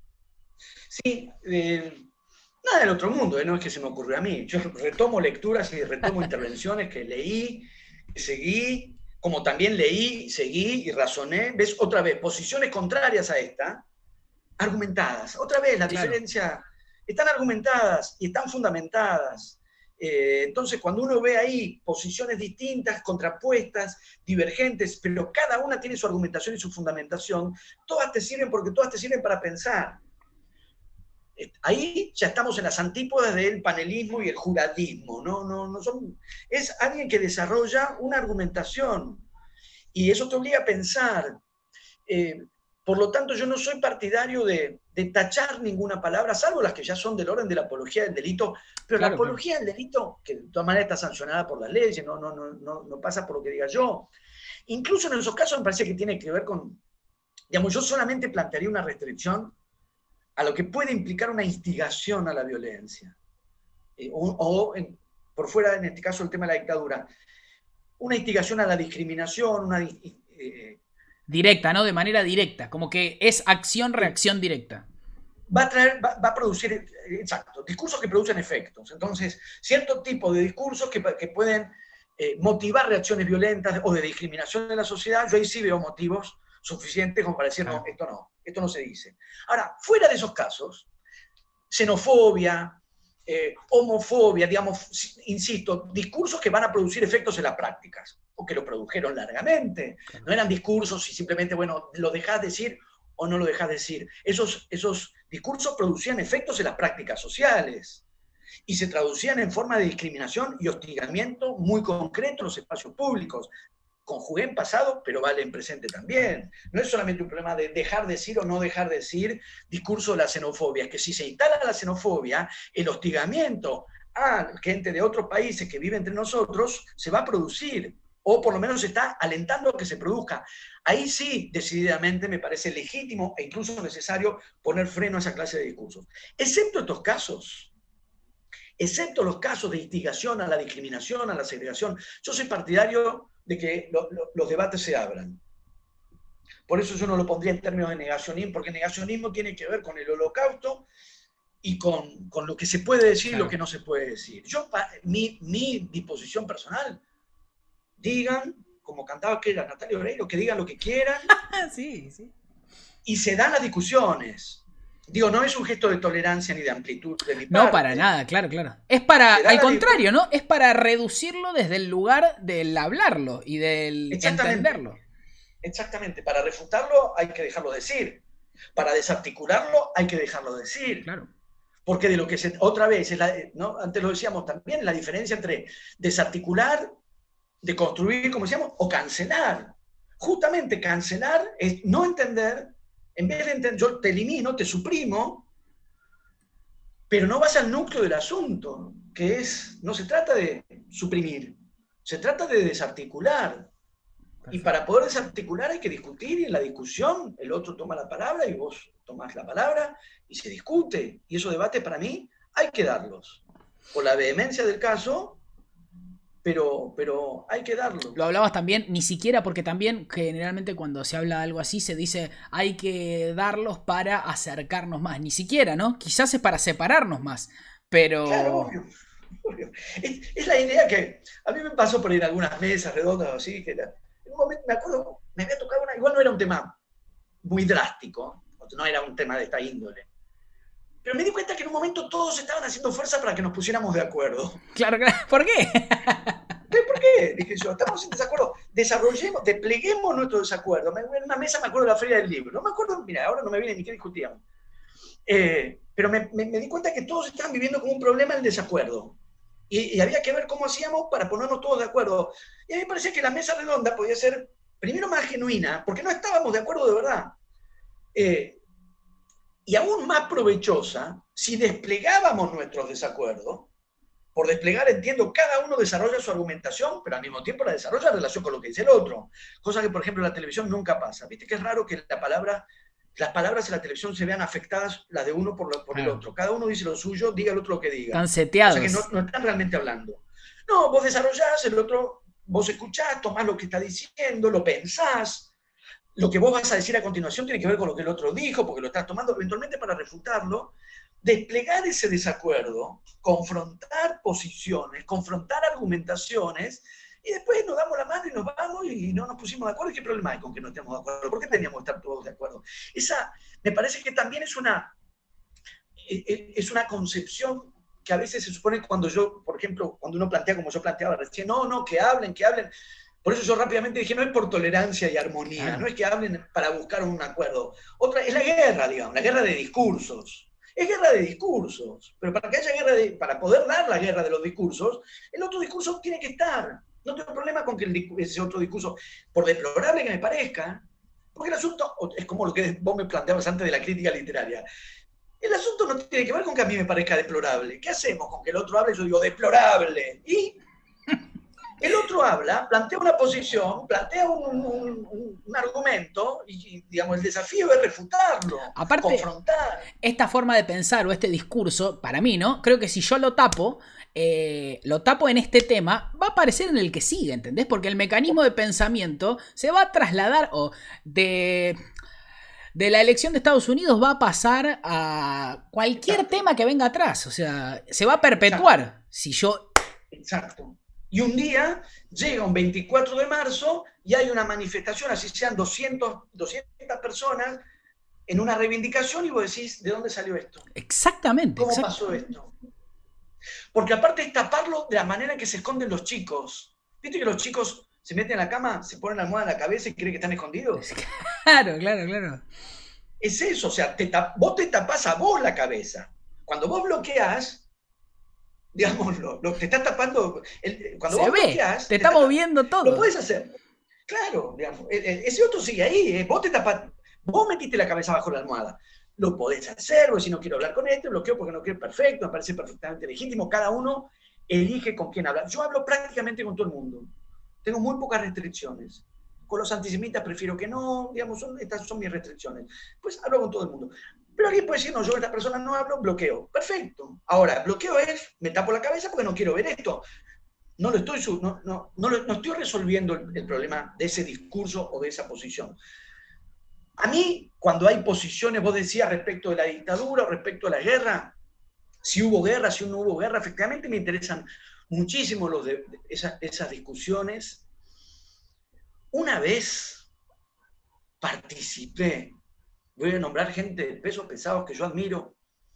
Sí, eh, nada del otro mundo, ¿eh? No es que se me ocurrió a mí. Yo retomo lecturas y retomo intervenciones que leí, que seguí, como también leí, seguí y razoné. ¿Ves? Otra vez, posiciones contrarias a esta, argumentadas. Otra vez, la claro. diferencia, están argumentadas y están fundamentadas. Eh, entonces, cuando uno ve ahí posiciones distintas, contrapuestas, divergentes, pero cada una tiene su argumentación y su fundamentación, todas te sirven porque todas te sirven para pensar. Ahí ya estamos en las antípodas del panelismo y el juradismo, ¿no? No, no son, es alguien que desarrolla una argumentación y eso te obliga a pensar. Eh, por lo tanto, yo no soy partidario de, de tachar ninguna palabra, salvo las que ya son del orden de la apología del delito, pero claro, la apología claro. del delito, que de todas maneras está sancionada por las leyes, no, no, no, no, no pasa por lo que diga yo. Incluso en esos casos me parece que tiene que ver con, digamos, yo solamente plantearía una restricción a lo que puede implicar una instigación a la violencia, eh, o, o en, por fuera, en este caso, el tema de la dictadura, una instigación a la discriminación, una... Eh, directa, ¿no? De manera directa, como que es acción-reacción directa. Va a traer, va, va a producir, exacto, discursos que producen efectos. Entonces, cierto tipo de discursos que, que pueden eh, motivar reacciones violentas o de discriminación en la sociedad, yo ahí sí veo motivos suficientes como para decir, claro. no, esto no, esto no se dice. Ahora, fuera de esos casos, xenofobia, eh, homofobia, digamos, insisto, discursos que van a producir efectos en las prácticas, o que lo produjeron largamente. Claro. No eran discursos y simplemente, bueno, lo dejás decir o no lo dejás decir. Esos, esos discursos producían efectos en las prácticas sociales y se traducían en forma de discriminación y hostigamiento muy concreto en los espacios públicos. Conjugué en pasado, pero vale en presente también. No es solamente un problema de dejar decir o no dejar decir discurso de la xenofobia, es que si se instala la xenofobia, el hostigamiento a gente de otros países que vive entre nosotros se va a producir, o por lo menos se está alentando a que se produzca. Ahí sí, decididamente, me parece legítimo e incluso necesario poner freno a esa clase de discursos. Excepto estos casos, excepto los casos de instigación a la discriminación, a la segregación, yo soy partidario de que lo, lo, los debates se abran. Por eso yo no lo pondría en términos de negacionismo, porque negacionismo tiene que ver con el holocausto y con, con lo que se puede decir claro. y lo que no se puede decir. Yo, mi, mi disposición personal, digan, como cantaba que era Natalia Oreiro, que digan lo que quieran. sí, sí. Y se dan las discusiones. Digo, no es un gesto de tolerancia ni de amplitud de mi parte. No, para nada, claro, claro. Es para, al contrario, ¿no? Es para reducirlo desde el lugar del hablarlo y del entenderlo. Exactamente. Para refutarlo hay que dejarlo decir. Para desarticularlo hay que dejarlo decir. Claro. Porque de lo que se... Otra vez, es la, ¿no? Antes lo decíamos también, la diferencia entre desarticular, deconstruir, como decíamos, o cancelar. Justamente cancelar es no entender. En vez de entender, yo te elimino, te suprimo, pero no vas al núcleo del asunto, que es, no se trata de suprimir, se trata de desarticular. Perfecto. Y para poder desarticular hay que discutir, y en la discusión el otro toma la palabra y vos tomás la palabra y se discute. Y esos debates para mí hay que darlos. Por la vehemencia del caso, Pero, pero hay que darlo. Lo hablabas también, ni siquiera, porque también generalmente cuando se habla de algo así se dice hay que darlos para acercarnos más. Ni siquiera, ¿no? Quizás es para separarnos más, pero... Claro, obvio, obvio. Es, es la idea que a mí me pasó por ir a algunas mesas redondas así, que era, en un momento me acuerdo, me había tocado una, igual no era un tema muy drástico, no era un tema de esta índole. Pero me di cuenta que en un momento todos estaban haciendo fuerza para que nos pusiéramos de acuerdo. Claro, claro. ¿Por qué? ¿Pero por qué? Dije yo, estamos en desacuerdo. Desarrollemos, despleguemos nuestro desacuerdo. En una mesa me acuerdo de la Feria del Libro. No me acuerdo, mira, ahora no me viene ni qué discutíamos. Eh, pero me, me, me di cuenta que todos estaban viviendo como un problema el desacuerdo. Y, y había que ver cómo hacíamos para ponernos todos de acuerdo. Y a mí me parecía que la mesa redonda podía ser, primero, más genuina, porque no estábamos de acuerdo de verdad. Eh, y aún más provechosa si desplegábamos nuestros desacuerdos. Por desplegar, entiendo, cada uno desarrolla su argumentación, pero al mismo tiempo la desarrolla en relación con lo que dice el otro. Cosa que, por ejemplo, en la televisión nunca pasa. Viste que es raro que la palabra, las palabras en la televisión se vean afectadas las de uno por, lo, por claro. el otro. Cada uno dice lo suyo, diga el otro lo que diga. Están seteados. O sea que no, no están realmente hablando. No, vos desarrollás, el otro, vos escuchás, tomás lo que está diciendo, lo pensás. Lo que vos vas a decir a continuación tiene que ver con lo que el otro dijo, porque lo estás tomando eventualmente para refutarlo. Desplegar ese desacuerdo, confrontar posiciones, confrontar argumentaciones, y después nos damos la mano y nos vamos y no nos pusimos de acuerdo. ¿Y qué problema hay con que no estemos de acuerdo? ¿Por qué teníamos que estar todos de acuerdo? Esa, me parece que también es una, es una concepción que a veces se supone cuando yo, por ejemplo, cuando uno plantea como yo planteaba recién, no, no, que hablen, que hablen. Por eso yo rápidamente dije, no es por tolerancia y armonía, claro. No es que hablen para buscar un acuerdo. Otra es la guerra, digamos, la guerra de discursos. Es guerra de discursos, pero para que haya guerra, de, para poder dar la guerra de los discursos, el otro discurso tiene que estar. No tengo problema con que el, ese otro discurso, por deplorable que me parezca, porque el asunto es como lo que vos me planteabas antes de la crítica literaria. El asunto no tiene que ver con que a mí me parezca deplorable. ¿Qué hacemos con que el otro hable? Yo digo deplorable. Y el otro habla, plantea una posición, plantea un, un, un, un argumento y, digamos, el desafío es refutarlo, aparte, confrontar. Esta forma de pensar o este discurso, para mí, ¿no? Creo que si yo lo tapo, eh, lo tapo en este tema, va a aparecer en el que sigue, ¿entendés? Porque el mecanismo de pensamiento se va a trasladar o de... de la elección de Estados Unidos va a pasar a cualquier Exacto. tema que venga atrás. O sea, se va a perpetuar. Exacto. Si yo... Exacto. Y un día llega un veinticuatro de marzo y hay una manifestación, así sean doscientas personas, en una reivindicación y vos decís, ¿de dónde salió esto? Exactamente. ¿Cómo exactamente. pasó esto? Porque aparte es taparlo de la manera que se esconden los chicos. ¿Viste que los chicos se meten en la cama, se ponen la almohada en la cabeza y creen que están escondidos? Claro, claro, claro. Es eso, o sea, te vos te tapás a vos la cabeza. Cuando vos bloqueás, digamos, lo, lo, te estás tapando, el, cuando se vos ve, bloqueás, te, te está moviendo todo. Lo puedes hacer. Claro, digamos, ese otro sigue ahí, ¿eh? Vos te tapás, vos metiste la cabeza bajo la almohada. Lo podés hacer, o si no quiero hablar con este, bloqueo porque no quiero, perfecto, me parece perfectamente legítimo. Cada uno elige con quién hablar. Yo hablo prácticamente con todo el mundo. Tengo muy pocas restricciones. Con los antisemitas prefiero que no, digamos, son, estas son mis restricciones. Pues hablo con todo el mundo. Pero alguien puede decir, no, yo con esta persona no hablo, bloqueo. Perfecto. Ahora, bloqueo es, me tapo la cabeza porque no quiero ver esto. No, lo estoy, no, no, no, no estoy resolviendo el, el problema de ese discurso o de esa posición. A mí, cuando hay posiciones, vos decías respecto de la dictadura o respecto a la guerra, si hubo guerra, si no hubo guerra, efectivamente me interesan muchísimo los de, de esa, esas discusiones. Una vez participé, voy a nombrar gente de pesos pesados que yo admiro,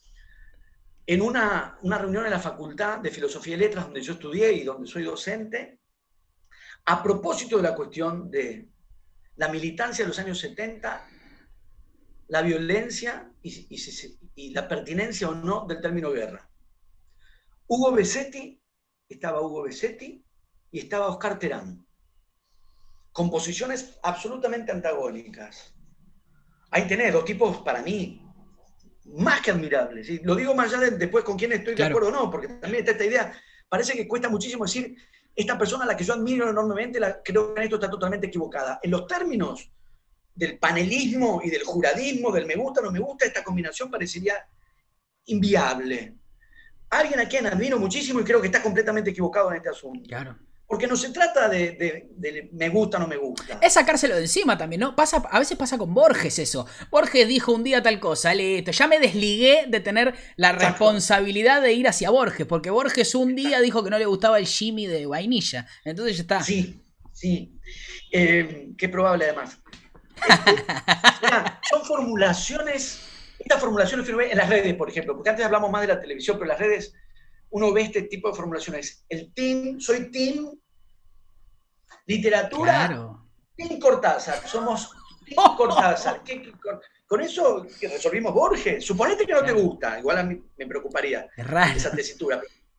en una, una reunión en la Facultad de Filosofía y Letras, donde yo estudié y donde soy docente, a propósito de la cuestión de la militancia de los años setenta, la violencia y, y, y la pertinencia o no del término guerra. Hugo Besetti, estaba Hugo Besetti y estaba Oscar Terán, con posiciones absolutamente antagónicas. Ahí tenés dos tipos, para mí, más que admirables. Y lo digo más allá de después con quién estoy claro. de acuerdo o no, porque también está esta idea. Parece que cuesta muchísimo decir, esta persona a la que yo admiro enormemente, la, creo que en esto está totalmente equivocada. En los términos del panelismo y del juradismo, del me gusta o no me gusta, esta combinación parecería inviable. Alguien a quien admiro muchísimo y creo que está completamente equivocado en este asunto. Claro. Porque no se trata de, de, de me gusta o no me gusta. Es sacárselo de encima también, ¿no? Pasa, a veces pasa con Borges eso. Borges dijo un día tal cosa, listo. Ya me desligué de tener la Exacto. responsabilidad de ir hacia Borges, porque Borges un día Exacto. dijo que no le gustaba el Jimmy de vainilla. Entonces ya está. Sí, sí. Eh, qué probable además. Mirá, son formulaciones, estas formulaciones en las redes, por ejemplo, porque antes hablamos más de la televisión, pero en las redes uno ve este tipo de formulaciones. El team, soy team Literatura, Claro. Tim Cortázar, somos Tim Cortázar. ¿Qué, qué, con, con eso que resolvimos Borges. Suponete que no Claro. te gusta, igual a mí me preocuparía Es raro. esa tesitura.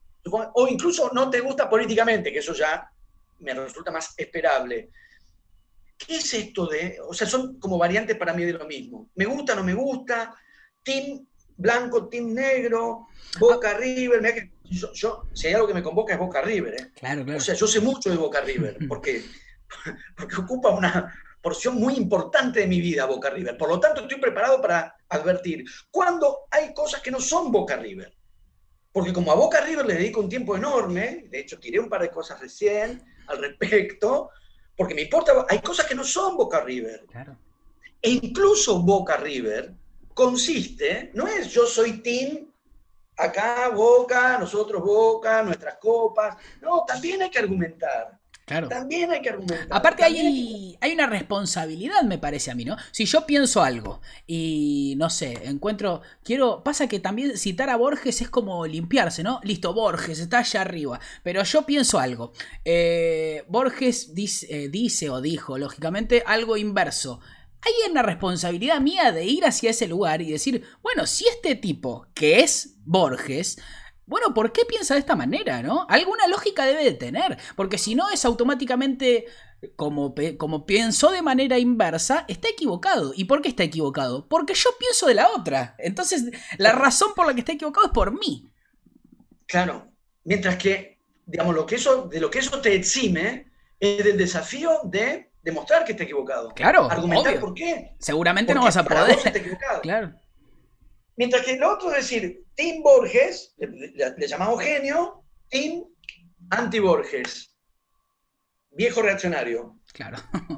O incluso no te gusta políticamente, que eso ya me resulta más esperable. ¿Qué es esto de...? O sea, son como variantes para mí de lo mismo. Me gusta, no me gusta, team blanco, team negro, Boca Ah, River. Mirá que yo, yo, si hay algo que me convoca es Boca River. ¿eh? claro, O claro. sea, yo sé mucho de Boca River, porque, porque ocupa una porción muy importante de mi vida Boca River. Por lo tanto, estoy preparado para advertir cuando hay cosas que no son Boca River. Porque como a Boca River le dedico un tiempo enorme, de hecho tiré un par de cosas recién al respecto, porque me importa, hay cosas que no son Boca River. Claro. E incluso Boca River consiste, no es yo soy team, acá Boca, nosotros Boca, nuestras copas. No, también hay que argumentar. Claro. También hay que argumentar. Aparte También hay, hay, hay una responsabilidad, me parece a mí, ¿no? Si yo pienso algo y, no sé, encuentro... Quiero... Pasa que también citar a Borges es como limpiarse, ¿no? Listo, Borges está allá arriba. Pero yo pienso algo. Eh, Borges dice, eh, dice o dijo, lógicamente, algo inverso. Hay una responsabilidad mía de ir hacia ese lugar y decir, bueno, si este tipo, que es Borges... Bueno, ¿por qué piensa de esta manera, no? Alguna lógica debe de tener, porque si no es automáticamente, como, como pensó de manera inversa, está equivocado. ¿Y por qué está equivocado? Porque yo pienso de la otra. Entonces, la razón por la que está equivocado es por mí. Claro, mientras que, digamos, lo que eso, de lo que eso te exime es del desafío de demostrar que está equivocado. Claro, Argumentar obvio. por qué. Seguramente Porque no vas a para poder. vos está equivocado. Claro. Mientras que lo otro es decir, Tim Borges, le, le, le llamamos genio, Tim anti-Borges, viejo reaccionario. Claro.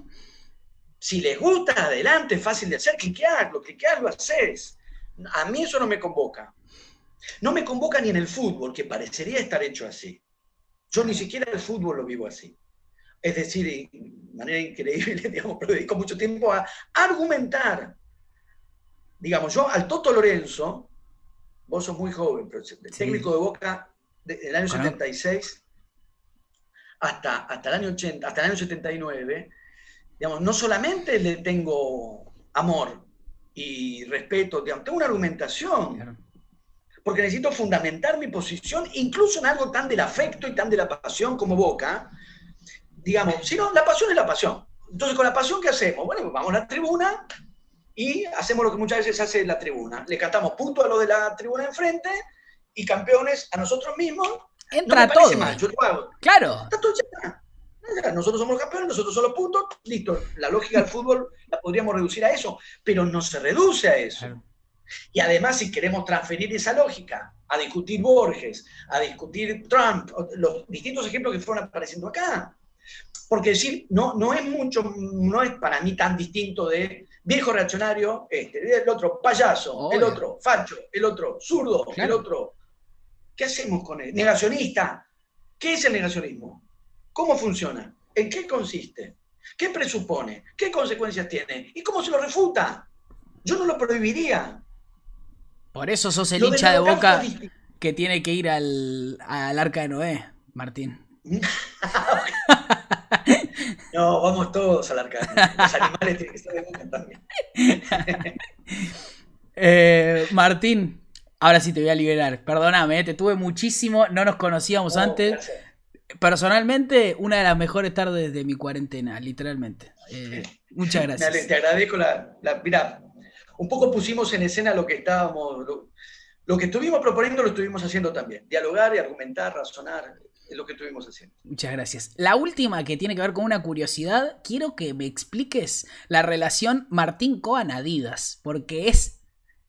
Si les gusta, adelante, fácil de hacer, cliquearlo, cliquearlo, haces. A mí eso no me convoca. No me convoca ni en el fútbol, que parecería estar hecho así. Yo ni siquiera el fútbol lo vivo así. Es decir, de manera increíble, digamos, pero dedico mucho tiempo a argumentar. Digamos, yo al Toto Lorenzo, vos sos muy joven, pero el sí. técnico de Boca del año bueno. setenta y seis hasta, hasta, el año ochenta, hasta el año setenta y nueve, digamos, no solamente le tengo amor y respeto, digamos, tengo una argumentación. Claro. Porque necesito fundamentar mi posición, incluso en algo tan del afecto y tan de la pasión como Boca. Digamos, si no, la pasión es la pasión. Entonces, con la pasión, ¿qué hacemos? Bueno, vamos a la tribuna y hacemos lo que muchas veces hace la tribuna. Le cantamos punto a lo de la tribuna enfrente y campeones a nosotros mismos. Entra no me todo. Mal, yo lo hago. Claro. Está todo ya. Nosotros somos los campeones, nosotros somos los puntos, listo. La lógica del fútbol la podríamos reducir a eso, pero no se reduce a eso. Claro. Y además, si queremos transferir esa lógica a discutir Borges, a discutir Trump, los distintos ejemplos que fueron apareciendo acá, porque decir, no, no es mucho, no es para mí tan distinto de viejo reaccionario, este, el otro payaso, oh, el otro facho, el otro zurdo, claro. el otro... ¿Qué hacemos con él? Negacionista. ¿Qué es el negacionismo? ¿Cómo funciona? ¿En qué consiste? ¿Qué presupone? ¿Qué consecuencias tiene? ¿Y cómo se lo refuta? Yo no lo prohibiría. Por eso sos el hincha de Boca que tiene que ir al, al Arca de Noé, Martín. No, vamos todos al Arca de Noé. Los animales tienen que estar de Boca también. eh, Martín, ahora sí te voy a liberar. Perdóname, te tuve muchísimo, no nos conocíamos oh, antes. Gracias. Personalmente, una de las mejores tardes de mi cuarentena, literalmente. Eh, muchas gracias. Dale, te agradezco la, la... Mira, un poco pusimos en escena lo que estábamos... Lo, lo que estuvimos proponiendo lo estuvimos haciendo también. Dialogar y argumentar, razonar, es lo que estuvimos haciendo. Muchas gracias. La última, que tiene que ver con una curiosidad, quiero que me expliques la relación Martín Coan-Adidas, porque es...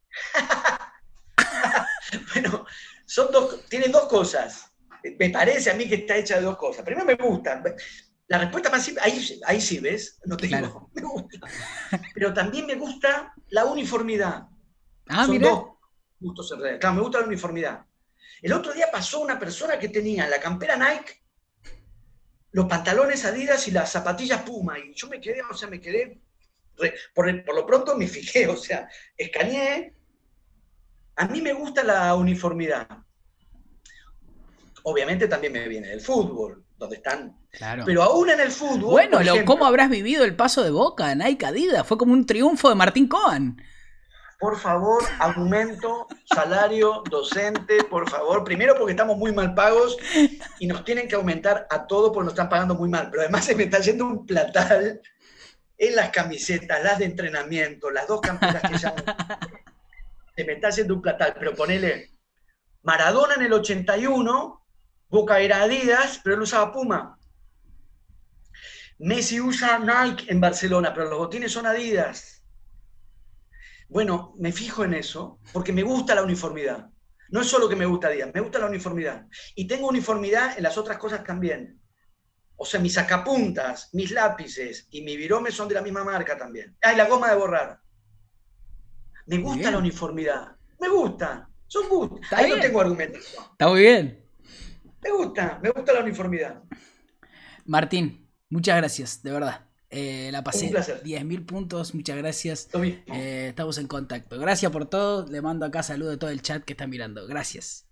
Bueno, son dos, tienen dos cosas. Me parece a mí que está hecha de dos cosas. Primero me gusta. La respuesta más simple, ahí, ahí sí, ¿ves? No te claro. digo, me gusta. Pero también me gusta la uniformidad. Ah, son mira. dos gustos en realidad. Claro, me gusta la uniformidad. El otro día pasó una persona que tenía la campera Nike, los pantalones Adidas y las zapatillas Puma. Y yo me quedé, o sea, me quedé... Por, el, por lo pronto me fijé, o sea, escaneé. A mí me gusta la uniformidad. Obviamente también me viene del fútbol. donde están. Claro. Pero aún en el fútbol. Bueno, ejemplo, lo, ¿cómo habrás vivido el paso de Boca, Nike Adidas? Fue como un triunfo de Martín Cohen. Por favor, aumento, salario, docente, por favor. Primero porque estamos muy mal pagos y nos tienen que aumentar a todo porque nos están pagando muy mal. Pero además se me está yendo un platal en las camisetas, las de entrenamiento, las dos campeonas que ya... se me está haciendo un platal. Pero ponele Maradona en el ochenta y uno, Boca era Adidas, pero él usaba Puma. Messi usa Nike en Barcelona, pero los botines son Adidas. Bueno, me fijo en eso porque me gusta la uniformidad. No es solo que me gusta Adidas, me gusta la uniformidad. Y tengo uniformidad en las otras cosas también. O sea, mis sacapuntas, mis lápices y mi virome son de la misma marca también. Ah, y la goma de borrar. Me gusta la uniformidad. Me gusta. Son gustos. Ahí bien. No tengo argumentación. Está muy bien. Me gusta, me gusta la uniformidad. Martín, muchas gracias, de verdad. Eh, la pasé. Un placer. diez mil puntos, muchas gracias. Lo mismo. Eh, estamos en contacto. Gracias por todo. Le mando acá saludos a todo el chat que está mirando. Gracias.